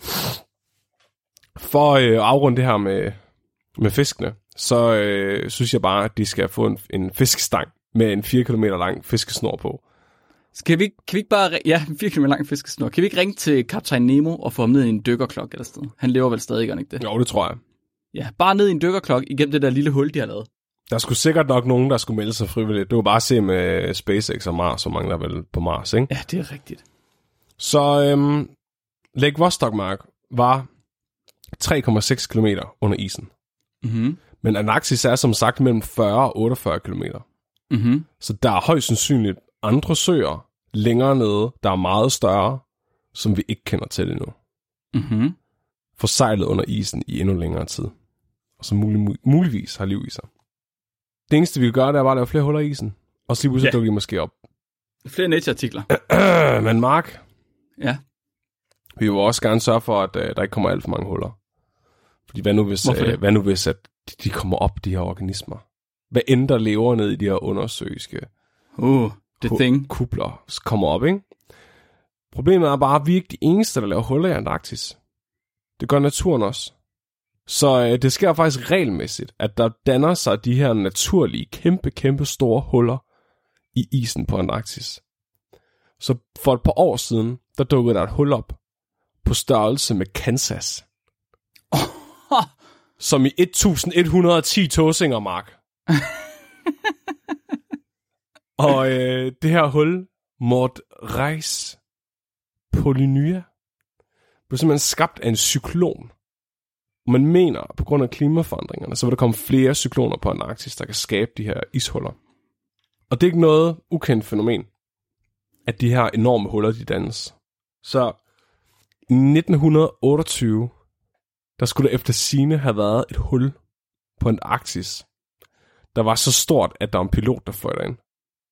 For øh, at afrunde det her med, med fiskene, så øh, synes jeg bare, at de skal få en, en fiskestang med en fire kilometer lang fiskesnor på. Skal vi, kan vi ikke bare... Ja, en fire kilometer lang fiskesnor. Kan vi ikke ringe til kaptajn Nemo og få ham ned i en dykkerklok eller sted? Han lever vel stadig, gør han ikke det? Jo, det tror jeg. Ja, bare ned i en dykkerklok igennem det der lille hul, de har lavet. Der skulle sikkert nok nogen, der skulle melde sig frivilligt. Det var bare at se med SpaceX og Mars, så mangler vel på Mars, ikke? Ja, det er rigtigt. Så øhm, Lake Vostokmark var tre komma seks kilometer under isen. Mhm. Men Antarktis er som sagt mellem fyrre og otteogfyrre kilometer. Mhm. Så der er højst sandsynligt andre søer længere nede, der er meget større, som vi ikke kender til endnu. Mhm. Forsejlet under isen i endnu længere tid. Og som mulig, muligvis har liv i sig. Det eneste, vi kan gøre, det er bare at lave flere huller i isen. Og så lige pludselig Ja. dukker de måske op. Flere Nature-artikler. Men Mark, Ja. vi vil også gerne sørge for, at uh, der ikke kommer alt for mange huller. Fordi hvad nu hvis, Hvorfor det? uh, hvad nu hvis at de, de kommer op, de her organismer? Hvad end der lever ned i de her undersøiske Uh, the ku- thing. kupler, kommer op, ikke? Problemet er bare, at vi er ikke de eneste, der laver huller i Antarktis. Det gør naturen også. Så øh, det sker faktisk regelmæssigt, at der danner sig de her naturlige, kæmpe, kæmpe store huller i isen på Antarktis. Så for et par år siden, der dukkede der et hul op på størrelse med Kansas. Som i et hundrede og ti tåsinger, Mark. Og øh, det her hul, Mort Reis Polynya, blev simpelthen skabt af en cyklon. Man mener, at på grund af klimaforandringerne, så vil der komme flere cykloner på Antarktis, der kan skabe de her ishuller. Og det er ikke noget ukendt fænomen, at de her enorme huller, de dannes. Så i nitten otteogtyve, der skulle der efter sigende have været et hul på Antarktis, der var så stort, at der var en pilot, der fløj derind.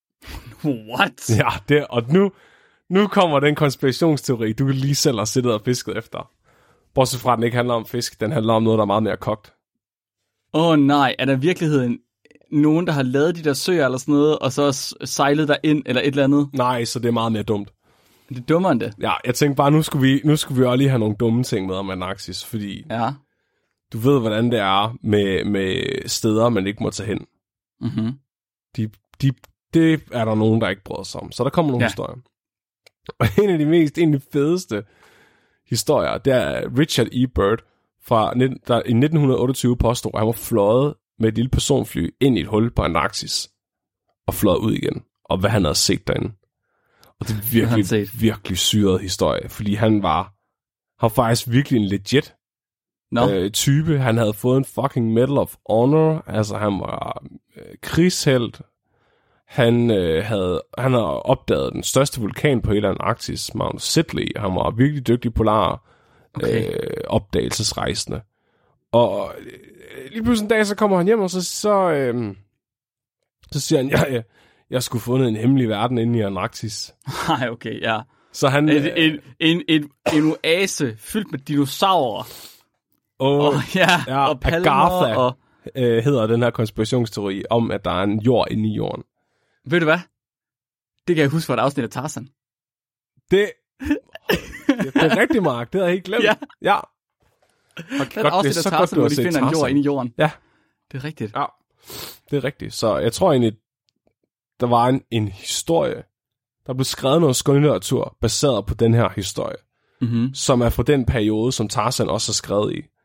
What? Ja, det, og nu, nu kommer den konspirationsteori, du kan lige selv have siddet og fisket efter. Bortset fra, at den ikke handler om fisk, den handler om noget, der er meget mere kogt. Åh oh, nej, er der i virkeligheden nogen, der har lavet de der søer eller sådan noget, og så sejlet der ind eller et eller andet? Nej, så det er meget mere dumt. Det er dummere end det. Ja, jeg tænkte bare, nu skulle vi, nu skulle vi også lige have nogle dumme ting med om Antarktis, fordi Ja. du ved, hvordan det er med, med steder, man ikke må tage hen. Mhm. De, de, det er der nogen, der ikke bryder sig om. Så der kommer nogle Ja. historier. Og en af de mest, en af de fedeste historier, det er Richard E. Byrd, fra, der i nitten otteogtyve påstod, at han var fløjet med et lille personfly ind i et hul på Antarktis, og fløjet ud igen, og hvad han havde set derinde. Og det er virkelig, virkelig syret historie, fordi han var, han var faktisk virkelig en legit no. øh, type. Han havde fået en fucking Medal of Honor, altså han var øh, krigshelt. Han, øh, havde, han havde opdaget den største vulkan på hele Antarktis, Mount Sidley. Han var virkelig dygtig polar okay. øh, opdagelsesrejsende. Og øh, lige pludselig en dag, så kommer han hjem, og så, så, øh, så siger han, ja, ja, jeg skulle fundet en hemmelig verden inde i Antarktis. Nej, okay, ja. Så han, en, en, en, en, en oase fyldt med dinosaurer. Og, og, ja, ja, og palmer. Agartha og... øh, hedder den her konspirationsteori om, at der er en jord inde i jorden. Ved du hvad? Det kan jeg huske fra et afsnit af Tarzan. Det, det, det er rigtigt, Mark. Det havde jeg helt glemt. Ja. Ja. Og godt, det er afsnit af Tarzan, hvor de finder Tarzan. En jord inde i jorden. Ja. Det er rigtigt. Ja, det er rigtigt. Så jeg tror egentlig, der var en, en historie, der blev skrevet noget skønlitteratur, baseret på den her historie, mm-hmm. som er fra den periode, som Tarzan også har skrevet i.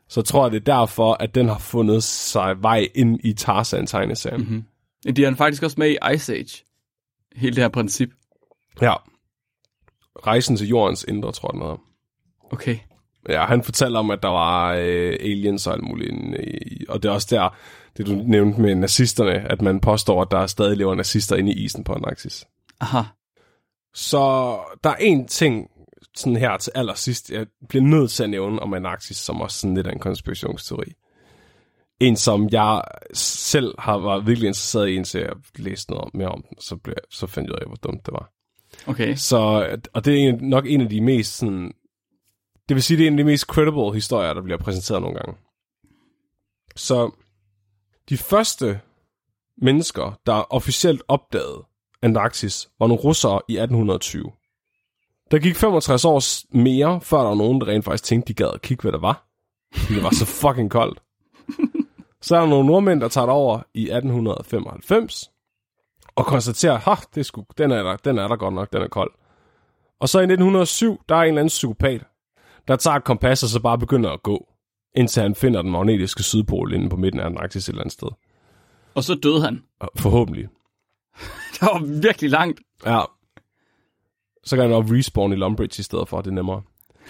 så tror jeg, det er derfor, at den har fundet sig vej ind i Tarzan-tegneserien. Mm-hmm. De er faktisk også med i Ice Age. Hele det her princip. Ja. Rejsen til jordens indre, tror jeg, den hedder. Okay. Ja, han fortæller om, at der var øh, aliens og alt muligt. Øh, og det er også der, det du nævnte med nazisterne, at man påstår, at der stadig lever nazister inde i isen på Antarktis. Aha. Så der er en ting sådan her til allersidst, jeg bliver nødt til at nævne om Antarktis, som også sådan lidt af en konspirationsteori. En, som jeg selv har været virkelig interesseret i, indtil jeg læste noget mere om den, så, blev, så fandt jeg ud af, hvor dumt det var. Okay. Så, og det er nok en af de mest sådan, det vil sige, det er en af de mest credible historier, der bliver præsenteret nogle gange. Så de første mennesker, der officielt opdagede Antarktis, var nogle russere i atten tyve. Der gik femogtres år mere, før der var nogen, der rent faktisk tænkte, de gad at kigge, hvad der var. Det var så fucking koldt. Så er der nogle nordmænd, der tager det over i atten femoghalvfems, og konstaterer, ha, det er sgu, den, er der, den er der godt nok, den er kold. Og så i nitten hundrede og syv, der er en eller anden psykopat, der tager et kompas, og så bare begynder at gå, indtil han finder den magnetiske sydpol inde på midten af Antarktis et eller andet sted. Og så døde han. Forhåbentlig. Det var virkelig langt. Ja. Så kan han nok respawn i Lumbridge i stedet for, det er nemmere.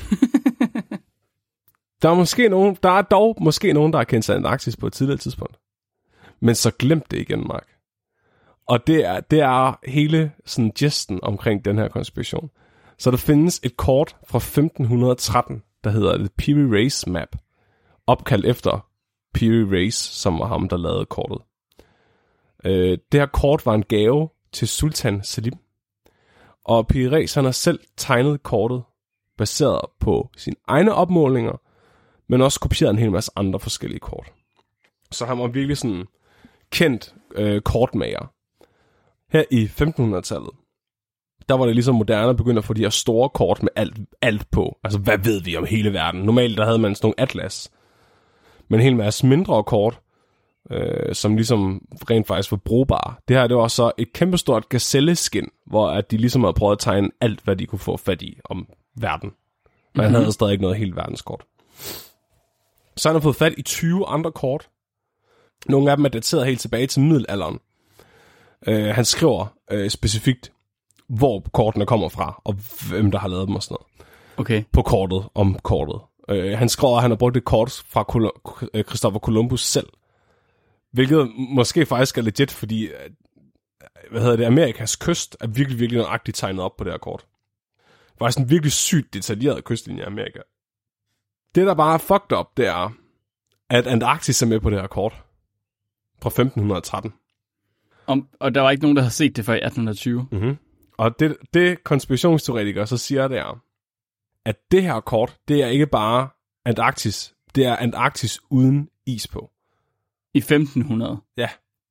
Der er måske nogen, der er dog måske nogen, der har kendt sig Antarktis på et tidligere tidspunkt. Men så glem det igen, Mark. Og det er, det er hele sådan gesten omkring den her konspiration. Så der findes et kort fra femten tretten, der hedder The Piri Reis Map, opkaldt efter Piri Reis, som var ham, der lavede kortet. Øh, det her kort var en gave til Sultan Selim. Og Piri Reis, han har selv tegnet kortet, baseret på sine egne opmålinger, men også kopieret en hel masse andre forskellige kort. Så han var virkelig sådan kendt øh, kortmager. Her i femtenhundredetallet, der var det ligesom moderne at begynde at få de her store kort med alt, alt på. Altså, hvad ved vi om hele verden? Normalt, der havde man sådan nogle atlas. Men en hel masse mindre kort, øh, som ligesom rent faktisk var brugbare. Det her, det var så et kæmpestort gazelleskin, hvor at de ligesom havde prøvet at tegne alt, hvad de kunne få fat i om verden. Men han havde stadig ikke noget helt verdenskort. Så han har fået fat i tyve andre kort. Nogle af dem er dateret helt tilbage til middelalderen. Uh, han skriver uh, specifikt, hvor kortene kommer fra, og hvem der har lavet dem og sådan noget. Okay. På kortet, om kortet. Uh, han skriver, at han har brugt et kort fra Col- uh, Christopher Columbus selv. Hvilket måske faktisk er legit, fordi uh, hvad hedder det, Amerikas kyst er virkelig, virkelig nøjagtigt tegnet op på det her kort. Det var sådan en virkelig sygt detaljeret kystlinje i Amerika. Det, der bare er fucked up, det er, at Antarktis er med på det her kort. Fra femten tretten. Om, og der var ikke nogen, der har set det før i atten tyve. Mm-hmm. Og det, det konspirationsteoretikere så siger, det er, at det her kort, det er ikke bare Antarktis. Det er Antarktis uden is på. I femten hundrede? Ja.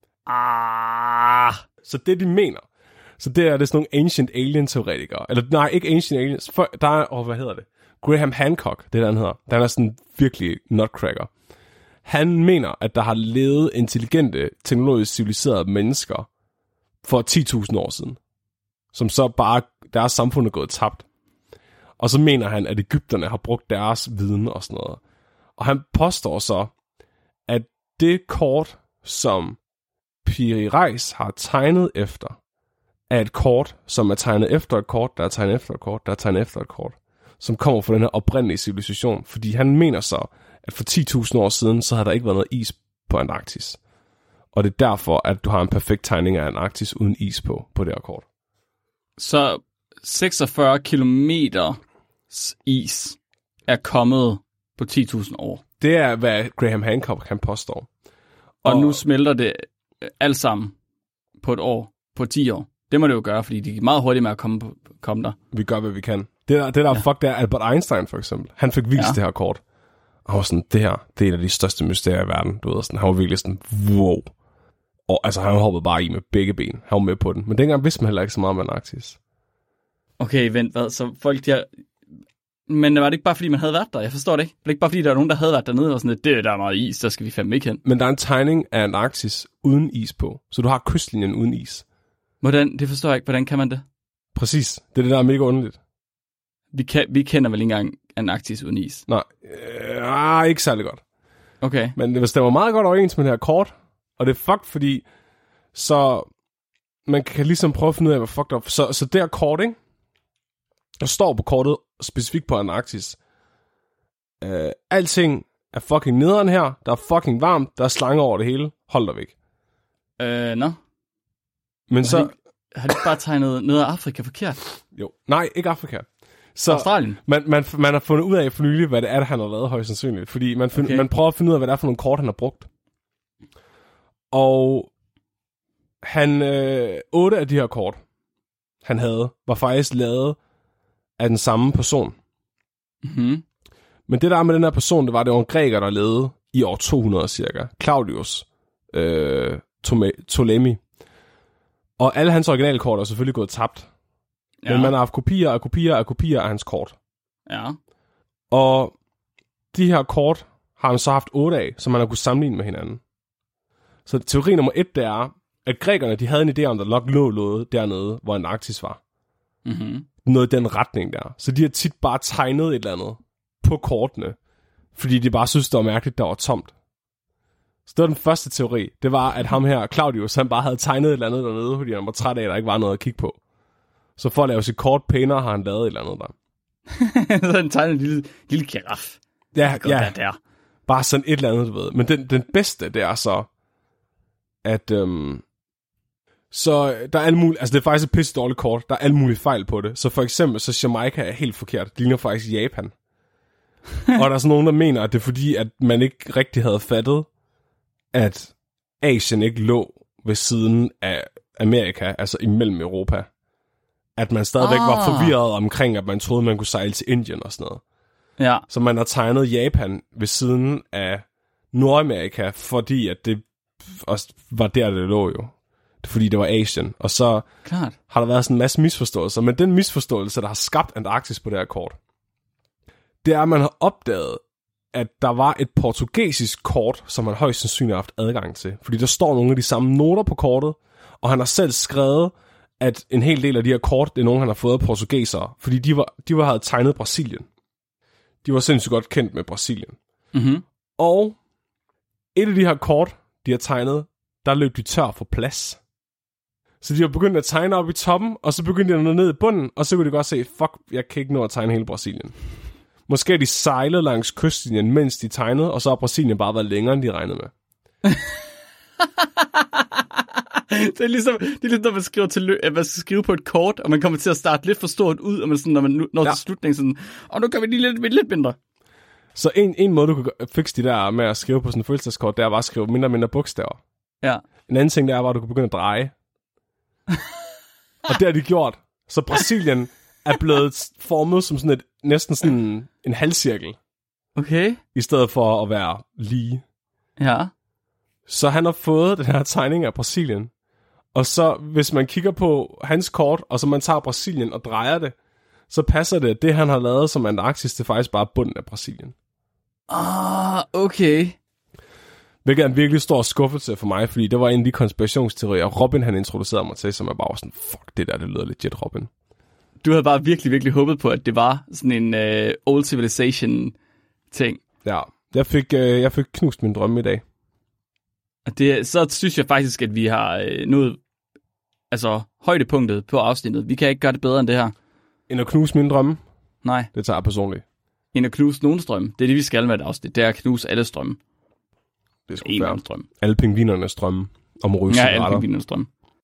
Ah. Så det, de mener, så det er, det er sådan nogle ancient alien-teoretikere. Eller nej, ikke ancient aliens. For, der er, oh, hvad hedder det? Graham Hancock, det der han hedder. Der er sådan virkelig nutcracker. Han mener, at der har levet intelligente, teknologisk civiliserede mennesker for ti tusind år siden. Som så bare, deres samfund er gået tabt. Og så mener han, at Egypterne har brugt deres viden og sådan noget. Og han påstår så, at det kort, som Piri Reis har tegnet efter, er et kort, som er tegnet efter et kort, der er tegnet efter et kort, der er tegnet efter et kort, som kommer fra den her oprindelige civilisation. Fordi han mener så, at for ti tusind år siden, så har der ikke været noget is på Antarktis. Og det er derfor, at du har en perfekt tegning af Antarktis uden is på, på det her kort. Så seksogfyrre kilometer is er kommet på ti tusind år. Det er, hvad Graham Hancock kan påstå. Og, og nu smelter det alt sammen på et år, på ti år. Det må det jo gøre, fordi de er meget hurtigt med at komme, på, komme der. Vi gør, hvad vi kan. Det der, det der ja. fuck, der er Albert Einstein for eksempel. Han fik vist ja. det her kort. Og han var sådan, det her, det er en af de største mysterier i verden. Du ved, sådan, han var virkelig sådan, wow. Og altså, han hoppede bare i med begge ben. Han var med på den. Men dengang vidste man heller ikke så meget om Antarktis. Okay, vent, hvad? Så folk, de har... Men var det ikke bare, fordi man havde været der? Jeg forstår det ikke. Var det ikke bare, fordi der var nogen, der havde været dernede, og sådan, at det der er meget is, så skal vi fandme ikke hen. Men der er en tegning af Antarktis uden is på. Så du har kystlinjen uden is. Hvordan? Det forstår jeg ikke. Hvordan kan man det? Præcis. Det er det, der er mega underligt. Vi, kan, vi kender vel ikke engang Antarktis uden is? Nej. Øh, Ja, ikke særlig godt. Okay. Men det stemmer meget godt overens med det her kort, og det er fucked, fordi så man kan ligesom prøve at finde ud af, hvad fucked up. Så, så det her kort, ikke? Der står på kortet, specifikt på Antarktis. Uh, alting er fucking nederen her. Der er fucking varmt. Der er slanger over det hele. Hold dig væk. Øh, uh, nå. Men så... Har de, har de bare tegnet noget af Afrika forkert? Jo. Nej, ikke Afrika. Så Australien? Man, man, man har fundet ud af for nylig, hvad det er, han har lavet højst sandsynligt. Fordi man, find, okay. man prøver at finde ud af, hvad det er for nogle kort, han har brugt. Og han... Øh, otte af de her kort, han havde, var faktisk lavet af den samme person. Mhm. Men det der med den her person, det var, det var en græker, der levede i år to hundrede cirka. Claudius øh, Ptolemy. Og alle hans originale kort er selvfølgelig gået tabt. Ja. Men man har haft kopier og kopier og kopier af hans kort. Ja. Og de her kort har han så haft otte af, som man har kunnet sammenligne med hinanden. Så teori nummer et, det er, at grækerne, de havde en idé om, der nok lå noget dernede, hvor Antarktis var. Mhm. Noget i den retning der. Så de har tit bare tegnet et eller andet på kortene, fordi de bare synes, det var mærkeligt, der var tomt. Så det var den første teori. Det var, at ham her, Claudius, han bare havde tegnet et eller andet dernede, fordi han var træt af, at der ikke var noget at kigge på. Så for at lave sit kort pænere, har han lavet et eller andet der. Så han tegnet en lille, lille giraf. Ja, godt, ja. Der, der. Bare sådan et eller andet, du ved. Men den, den bedste, det er så, at... Øhm, så der er alle mulige... Altså, det er faktisk et pisse dårligt kort. Der er alle mulige fejl på det. Så for eksempel, så Jamaica er helt forkert. Det ligner faktisk Japan. Og der er sådan nogen, der mener, at det er fordi, at man ikke rigtig havde fattet, at Asien ikke lå ved siden af Amerika, altså imellem Europa. At man stadigvæk ah. var forvirret omkring, at man troede, man kunne sejle til Indien og sådan noget. Ja. Så man har tegnet Japan ved siden af Nordamerika, fordi at det også var der, det lå jo. Fordi det var Asien. Og så Klart. har der været sådan en masse misforståelser. Men den misforståelse, der har skabt Antarktis på det her kort, det er, at man har opdaget, at der var et portugisisk kort, som man højst sandsynligt har haft adgang til. Fordi der står nogle af de samme noter på kortet, og han har selv skrevet, at en hel del af de her kort, det er nogen, han har fået af portugisere. Fordi de var, de var havde tegnet Brasilien. De var sindssygt godt kendt med Brasilien. Mhm. Og et af de her kort, de har tegnet, der løb de tør for plads. Så de har begyndt at tegne op i toppen, og så begyndte de at nå ned i bunden, og så kunne de godt se, fuck, jeg kan ikke nå at tegne hele Brasilien. Måske de sejlede langs kystlinjen, mens de tegnede, og så har Brasilien bare været længere, end de regnede med. Det er ligesom, det er ligesom når man skriver, til, at man skal skrive på et kort, og man kommer til at starte lidt for stort ud, og man sådan, når man når ja. til slutningen sådan, og nu kan vi lige lidt, lidt mindre. Så en, en måde, du kan fikse de der med at skrive på sådan en følelseskort, det er bare at skrive mindre og mindre bogstaver. Ja. En anden ting, det er bare, at du kan begynde at dreje. Og det har de gjort. Så Brasilien er blevet formet som sådan et, næsten sådan en halvcirkel. Okay. I stedet for at være lige. Ja. Så han har fået den her tegning af Brasilien. Og så, hvis man kigger på hans kort, og så man tager Brasilien og drejer det, så passer det, at det, han har lavet som Antarktis, det er faktisk bare bunden af Brasilien. Ah, okay. Hvilket er en virkelig stor skuffelse for mig, fordi det var en af de konspirationsteorier, Robin han introducerede mig til, som jeg bare var sådan, fuck, det der, det lyder legit Robin. Du havde bare virkelig, virkelig håbet på, at det var sådan en uh, old civilization ting. Ja, jeg fik, øh, jeg fik knust min drømme i dag. Og det, så synes jeg faktisk, at vi har øh, nået altså, højdepunktet på afsnittet. Vi kan ikke gøre det bedre end det her. End at knuse mine drømme? Nej. Det tager jeg personligt. End at knuse nogen strømme. Det er det, vi skal med et afsnit. Det er at knuse alle strømme. Det er sgu fair. Alle pingvinernes drømme om at ryge Ja, cigaretter. alle pingvinernes drømme.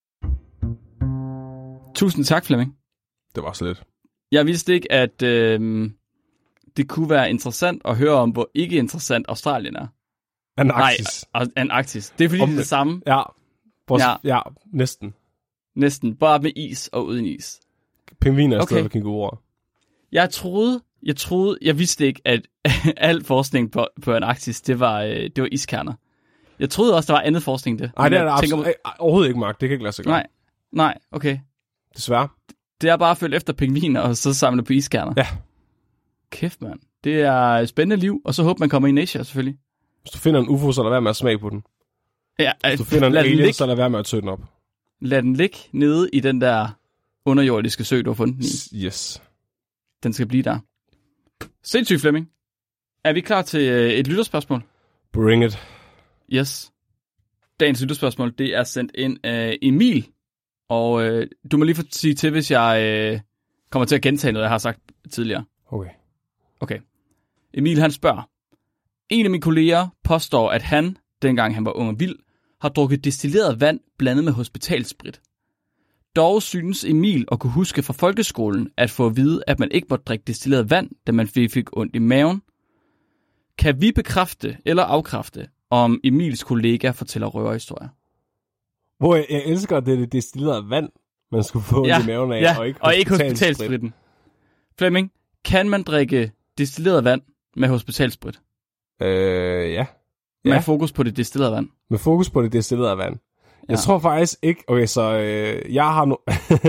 Tusind tak, Flemming. Det var så lidt. Jeg vidste ikke, at øh, det kunne være interessant at høre om, hvor ikke interessant Australien er. Antarktis. Nej, Antarktis. Det er fordi, om det er det samme. Ja, vores, ja. ja, ja, næsten. Næsten. Bare med is og uden is. Pingviner er okay. stedet for kænguruer. Jeg troede, jeg troede, jeg vidste ikke, at al forskning på, på Antarktis, det var, det var iskerner. Jeg troede også, der var andet forskning det. Nej, det er der absolut, tænker, overhovedet ikke, Mark. Det kan ikke lade sig gøre. Nej, nej, okay. Desværre. Det er bare at følge efter pingviner, og så samle på iskerner. Ja. Kæft, mand. Det er et spændende liv, og så håber man kommer i Asia, selvfølgelig. Hvis du finder en U F O, så lad være med at smage på den. Ja, Hvis du finder en alien, så lad være med at tøde den op. Lad den ligge nede i den der underjordiske sø, du har fundet den i. Yes. Den skal blive der. Sindssygt, Flemming. Er vi klar til øh, et lytterspørgsmål? Bring it. Yes. Dagens lytterspørgsmål, det er sendt ind af Emil. Og øh, du må lige få sige til, hvis jeg øh, kommer til at gentage noget, jeg har sagt tidligere. Okay. Okay. Emil, han spørger. En af mine kolleger påstår, at han, dengang han var ung og vild, har drukket destilleret vand blandet med hospitalsprit. Dog synes Emil at kunne huske fra folkeskolen at få at vide, at man ikke måtte drikke destilleret vand, da man fik ondt i maven. Kan vi bekræfte eller afkræfte, om Emils kollega fortæller røverhistorier? Hvor jeg, jeg elsker, at det er det destillerede vand, man skulle få ja, i maven af, ja, og ikke og ikke hospitalspritten. Flemming, kan man drikke destilleret vand med hospitalsprit? Øh, ja. Med ja. fokus på det destillerede vand. Med fokus på det destillerede vand. Ja. Jeg tror faktisk ikke... Okay, så øh, jeg har nu...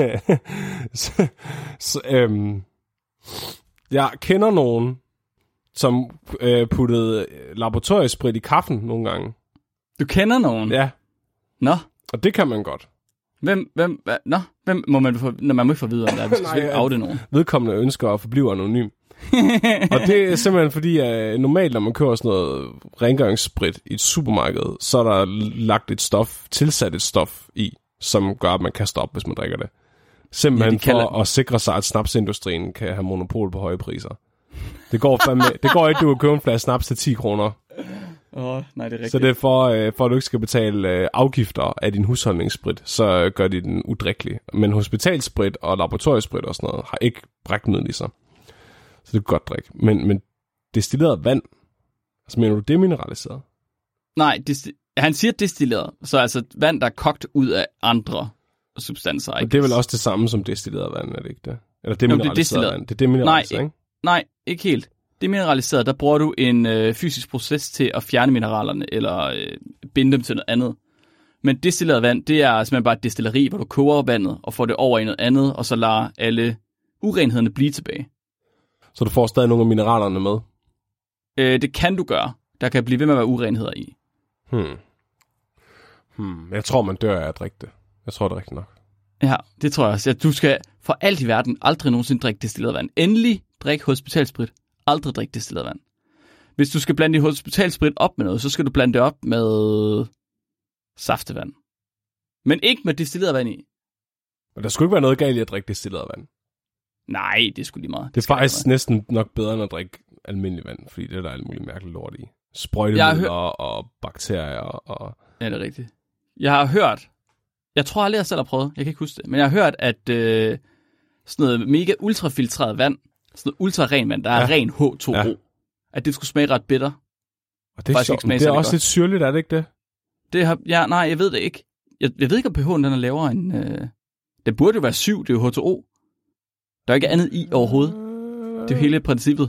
så, så, øhm, jeg kender nogen, som øh, puttede laboratoriesprit i kaffen nogle gange. Du kender nogen? Ja. Nå. Og det kan man godt. Hvem, hvem, hva? Nå, hvem må man få... Når man må ikke få videre, der vi skal ikke afde nogen. Vedkommende ønsker at forblive anonym. Og det er simpelthen fordi, at normalt, når man køber sådan noget rengøringssprit i et supermarked, så er der lagt et stof, tilsat et stof i, som gør, at man kan stoppe, hvis man drikker det. Simpelthen ja, for kalder... at sikre sig, at snapsindustrien kan have monopol på høje priser. Det går fandme, det går ikke, du kan købe en flaske snaps til ti kroner. Åh, oh, nej, det er rigtigt. Så det er for, øh, for at du ikke skal betale øh, afgifter af din husholdningssprit, så gør de den udrikkelig. Men hospitalsprit og laboratoriesprit og sådan noget har ikke brækmiddel i sig. Så det er godt drikke. Men, men destilleret vand, altså mener du det mineraliseret? Nej, desti- han siger destilleret, så altså vand, der er kogt ud af andre substanser. Og det er vel også det samme som destilleret vand, er det ikke det? Eller det mineraliseret vand? Det er det mineraliseret, ikke? Nej, ikke helt. Det mineraliseret, der bruger du en øh, fysisk proces til at fjerne mineralerne, eller øh, binde dem til noget andet. Men destilleret vand, det er simpelthen bare et destilleri, hvor du koger vandet og får det over i noget andet, og så lader alle urenhederne blive tilbage. Så du får stadig nogle af mineralerne med? Øh, det kan du gøre. Der kan blive ved med at være urenheder i. Hmm. Hmm. Jeg tror, man dør af at drikke det. Jeg tror, det er rigtigt nok. Ja, det tror jeg også. Ja, du skal for alt i verden aldrig nogensinde drikke destilleret vand. Endelig drik hospitalsprit. Aldrig drikke destilleret vand. Hvis du skal blande dit hospitalsprit op med noget, så skal du blande det op med saftevand. Men ikke med destilleret vand i. Men der skulle ikke være noget galt i at drikke destilleret vand. Nej, det er sgu lige meget. Det er faktisk næsten nok bedre end at drikke almindelig vand, fordi det er der alt muligt mærkeligt lort i. Sprøjtemidler hør... og bakterier og... Ja, det er rigtigt. Jeg har hørt, jeg tror aldrig, jeg selv har prøvet, jeg kan ikke huske det, men jeg har hørt, at øh, sådan noget mega ultrafiltreret vand, sådan noget ultra-ren vand, der er ja. ren H to O, ja. At det skulle smage ret bitter. Og det er, sjovt, det er også godt. Lidt syrligt, er det ikke det? Det har, ja, nej, jeg ved det ikke. Jeg, jeg ved ikke, om pH'en den er lavere end... Øh, den burde jo være syv, det er jo H to O. Der er ikke andet i overhovedet. Det er jo hele princippet.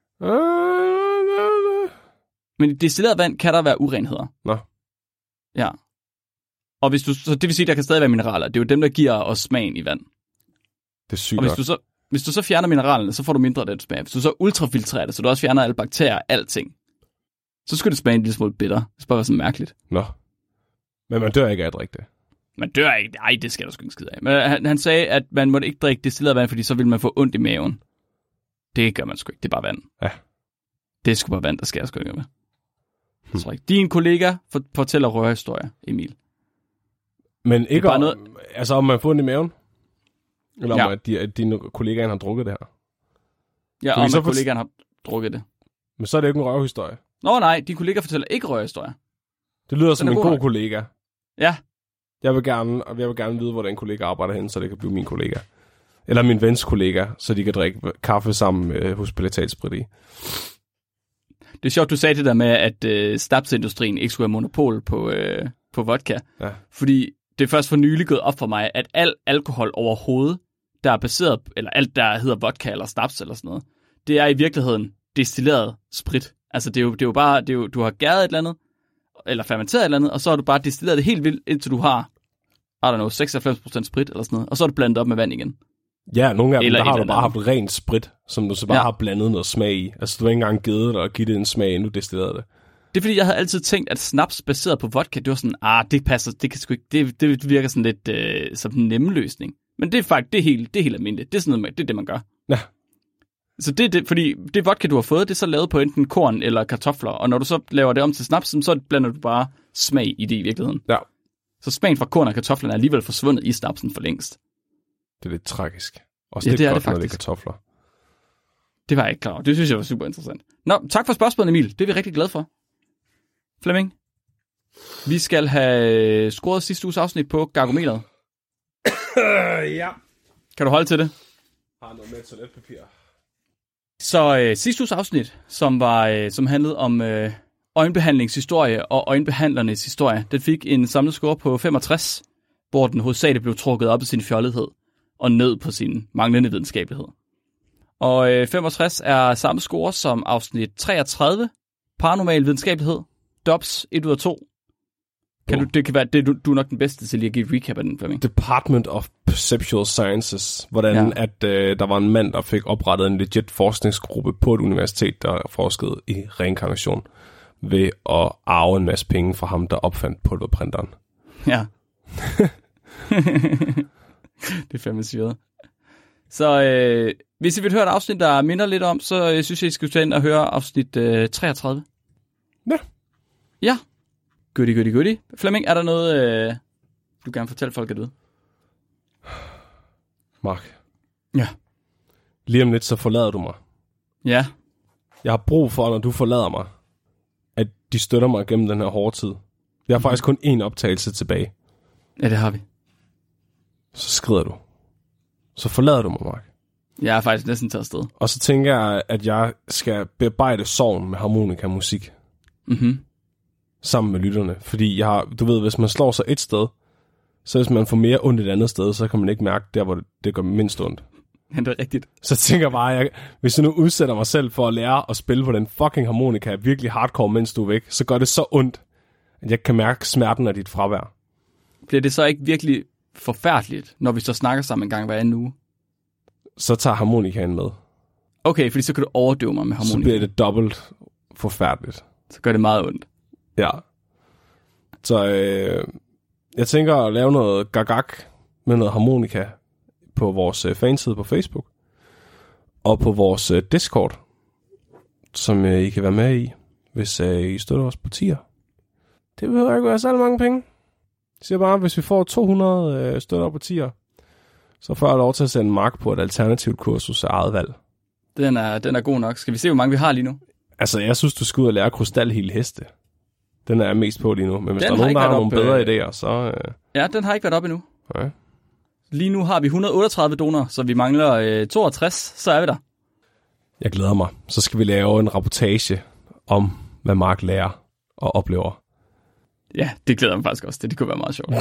Men i destilleret vand kan der være urenheder. Nå. Ja. Og hvis du, så det vil sige, at der kan stadig være mineraler. Det er jo dem, der giver os smagen i vand. Det er sygt. Og hvis du, så, hvis du så fjerner mineralerne, så får du mindre af den smag. Hvis du så ultrafiltrerer det, så du også fjerner alle bakterier og alting, så skulle det smage en lille smule bitter. Det skal bare være sådan mærkeligt. Nå. Men man dør ikke af at drikke det. Man dør ikke. Nej, det skal du sgu ikke skide af. Men han, han sagde, at man måtte ikke drikke destilleret vand, fordi så ville man få ondt i maven. Det gør man sgu ikke. Det er bare vand. Ja. Det er sgu bare vand, der skal jeg sgu ikke med. Hmm. Så ikke. Din kollega fortæller røverhistorier, Emil. Men ikke om, noget... altså om man får ondt i maven? Eller ja. om at, de, at dine kollegaer har drukket det her? Ja, fordi om at kollegaen har drukket det. Men så er det ikke en røverhistorie. Nå nej, din kollega fortæller ikke røverhistorier. Det lyder som en god, god kollega. Ja. Jeg vil gerne, og jeg vil gerne vide, hvor den kollega arbejder hen, så det kan blive min kollega. Eller min vens kollega, så de kan drikke kaffe sammen med hospitalsprit i. Det er sjovt, du sagde det der med, at øh, snapsindustrien ikke skulle have monopol på, øh, på vodka. Ja. Fordi det er først for nylig gået op for mig, at al alkohol overhovedet, der er baseret, eller alt der hedder vodka eller snaps eller sådan noget, det er i virkeligheden destilleret sprit. Altså det er jo, det er jo bare, det er jo, du har gæret et eller andet, eller fermenteret et eller andet, og så har du bare destilleret det helt vildt, indtil du har, I don't know, seksoghalvfems procent sprit eller sådan noget, og så er du blandet op med vand igen. Ja, nogle af dem, der har du bare haft rent sprit, som du så bare ja. har blandet noget smag i. Altså du har ikke engang givet dig at give det en smag, inden du destillerede det. Det er fordi, jeg havde altid tænkt, at snaps baseret på vodka, det var sådan, ah, det passer, det kan sgu ikke, det, det virker sådan lidt øh, som en nemme løsning. Men det er faktisk, det er helt, det er helt almindeligt. Det er sådan noget, det er det, man gør. Ja. Så det er det, fordi det vodka, du har fået, det er så lavet på enten korn eller kartofler, og når du så laver det om til snaps, så blander du bare smag i det i virkeligheden. Ja. Så smagen fra korn og kartoflerne er alligevel forsvundet i snapsen for længst. Det er lidt tragisk. Også Ja, det, det er godt, det faktisk. når det er kartofler. Det var jeg ikke klar over. Det synes jeg var super interessant. Nå, tak for spørgsmålet, Emil. Det er vi rigtig glade for. Flemming, vi skal have scoret sidste uges afsnit på Gargometeret. Ja. Kan du holde til det? Jeg har noget med toiletpapir. Så øh, sidste uges afsnit, som, var, øh, som handlede om øh, øjenbehandlingshistorie og øjenbehandlernes historie, den fik en samlet score på femogtres, hvor den hovedsageligt blev trukket op i sin fjollethed og ned på sin manglende videnskabelighed. Og øh, femogtres er samme score som afsnit treogtredive, paranormal videnskabelighed, D O B S et ud af to. Kan du, det kan være, det, du, du er nok den bedste til lige at give et recap af den, Flemming. Department of Perceptual Sciences. Hvordan Ja. at øh, der var en mand, der fik oprettet en legit forskningsgruppe på et universitet, der forskede i reinkarnation ved at arve en masse penge fra ham, der opfandt pulverprinteren. Ja. Det er fandme syret. Så øh, hvis I vil høre et afsnit, der minder lidt om, så øh, synes jeg, I skal tage ind og høre afsnit øh, treogtredive. Ja. Ja. Goodie, goodie, goodie. Flemming, er der noget, øh, du gerne fortælle folk, at du ved? Mark. Ja. Lige om lidt, så forlader du mig. Ja. Jeg har brug for, når du forlader mig, at de støtter mig gennem den her hårde tid. Jeg har mm. faktisk kun én optagelse tilbage. Ja, det har vi. Så skrider du. Så forlader du mig, Mark. Jeg er faktisk næsten taget afsted. Og så tænker jeg, at jeg skal bearbejde sorgen med harmonikamusik. Mhm. Sammen med lytterne. Fordi jeg har, du ved, hvis man slår sig et sted, så hvis man får mere ondt et andet sted, så kan man ikke mærke der, hvor det, det gør mindst ondt. Ja, det er rigtigt. Så tænker jeg bare, jeg, hvis jeg nu udsætter mig selv for at lære at spille på den fucking harmonika virkelig hardcore, mens du er væk, så gør det så ondt, at jeg kan mærke smerten af dit fravær. Bliver det så ikke virkelig forfærdeligt, når vi så snakker sammen en gang hver anden uge? Så tager harmonikaen med. Okay, fordi så kan du overdøve mig med harmonika. Så bliver det dobbelt forfærdeligt. Så gør det meget ondt. Ja. Så øh, jeg tænker at lave noget gagak med noget harmonika på vores øh, fanside på Facebook. Og på vores øh, Discord, som øh, I kan være med i, hvis øh, I støtter os på tier. Det behøver ikke være så mange penge. Jeg siger bare, hvis vi får to hundrede øh, støtter på tier, så får jeg lov til at sende Mark på et alternativt kursus af eget valg. Den er, den er god nok. Skal vi se, hvor mange vi har lige nu? Altså, jeg synes, du skal ud og lære krystalhele heste. Den er jeg mest på lige nu. Men hvis Den der er har nogen, der har ikke nogle været bedre op, idéer, så... Øh... Ja, den har ikke været op endnu. Okay. Lige nu har vi et hundrede og otteogtredive donorer, så vi mangler øh, toogtres, så er vi der. Jeg glæder mig. Så skal vi lave en rapportage om, hvad Mark lærer og oplever. Ja, det glæder mig faktisk også. Det, det kunne være meget sjovt.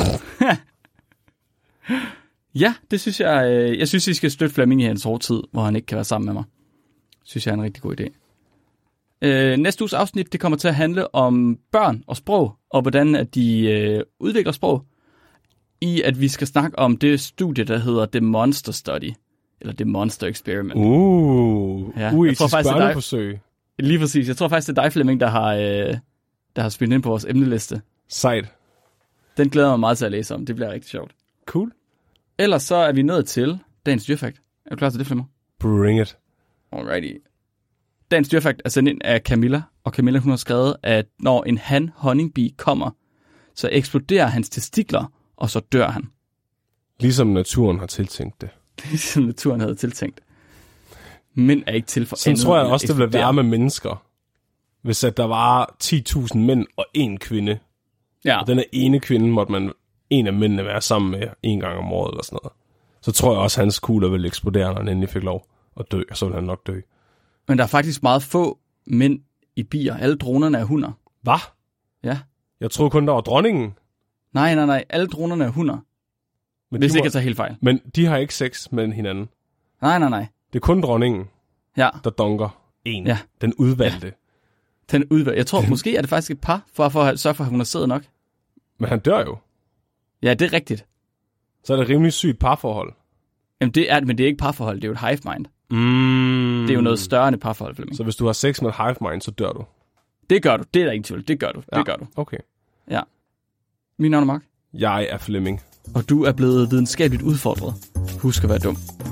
Ja, det synes jeg... Øh, jeg synes, I skal støtte Flemming i hans hårde tid, hvor han ikke kan være sammen med mig. Synes jeg er en rigtig god idé. Øh, næste uges afsnit, det kommer til at handle om børn og sprog, og hvordan at de øh, udvikler sprog, i at vi skal snakke om det studie, der hedder The Monster Study, eller The Monster Experiment. Uh, Ja, uh jeg tror faktisk, det er dig. børneforsøg. Lige præcis. Jeg tror faktisk, det er dig, Flemming, der har, øh, der har spillet ind på vores emneliste. Sejt. Den glæder mig meget til at læse om. Det bliver rigtig sjovt. Cool. Ellers så er vi nået til dagens dyrfakt. Er du klar til det, Flemming? Bring it. Alrighty. Dagens dyrfakt er sendt ind af Camilla, og Camilla hun har skrevet, at når en han honningbi kommer, så eksploderer hans testikler, og så dør han. Ligesom naturen har tiltænkt det. Ligesom naturen havde tiltænkt. Mænd er ikke til for Sådan andet tror jeg end at også, det ville eksplodere. være med mennesker. Hvis at der var ti tusind mænd og én kvinde. Ja. Og den ene kvinde måtte man en af mændene være sammen med en gang om året eller sådan noget. Så tror jeg også, at hans kugler ville eksplodere, når han endelig fik lov at dø, og så ville han nok dø. Men der er faktisk meget få mænd i bier. Alle dronerne er hunder. Hvad? Ja. Jeg troede kun, der var dronningen. Nej, nej, nej. Alle dronerne er hunder. Men Hvis de ikke må... jeg tager helt fejl. Men de har ikke sex med hinanden. Nej, nej, nej. Det er kun dronningen, Ja. der dunker en. Ja. Den udvalgte. Ja. Den udvalg. Jeg tror, måske er det faktisk et par, for at, for at sørge for, at hun er sæd nok. Men han dør jo. Ja, det er rigtigt. Så er det et rimelig sygt parforhold. Jamen, det er, men det er ikke parforhold. Det er jo et hive mind. Mm. Det er jo noget større end et parforhold, Flemming. Så hvis du har sex med et hive mind, så dør du? Det gør du. Det er der ingen tvivl. Det gør du. Ja. Det gør du. Okay. Ja. Min navn er Mark. Jeg er Flemming. Og du er blevet videnskabeligt udfordret. Husk at være dum.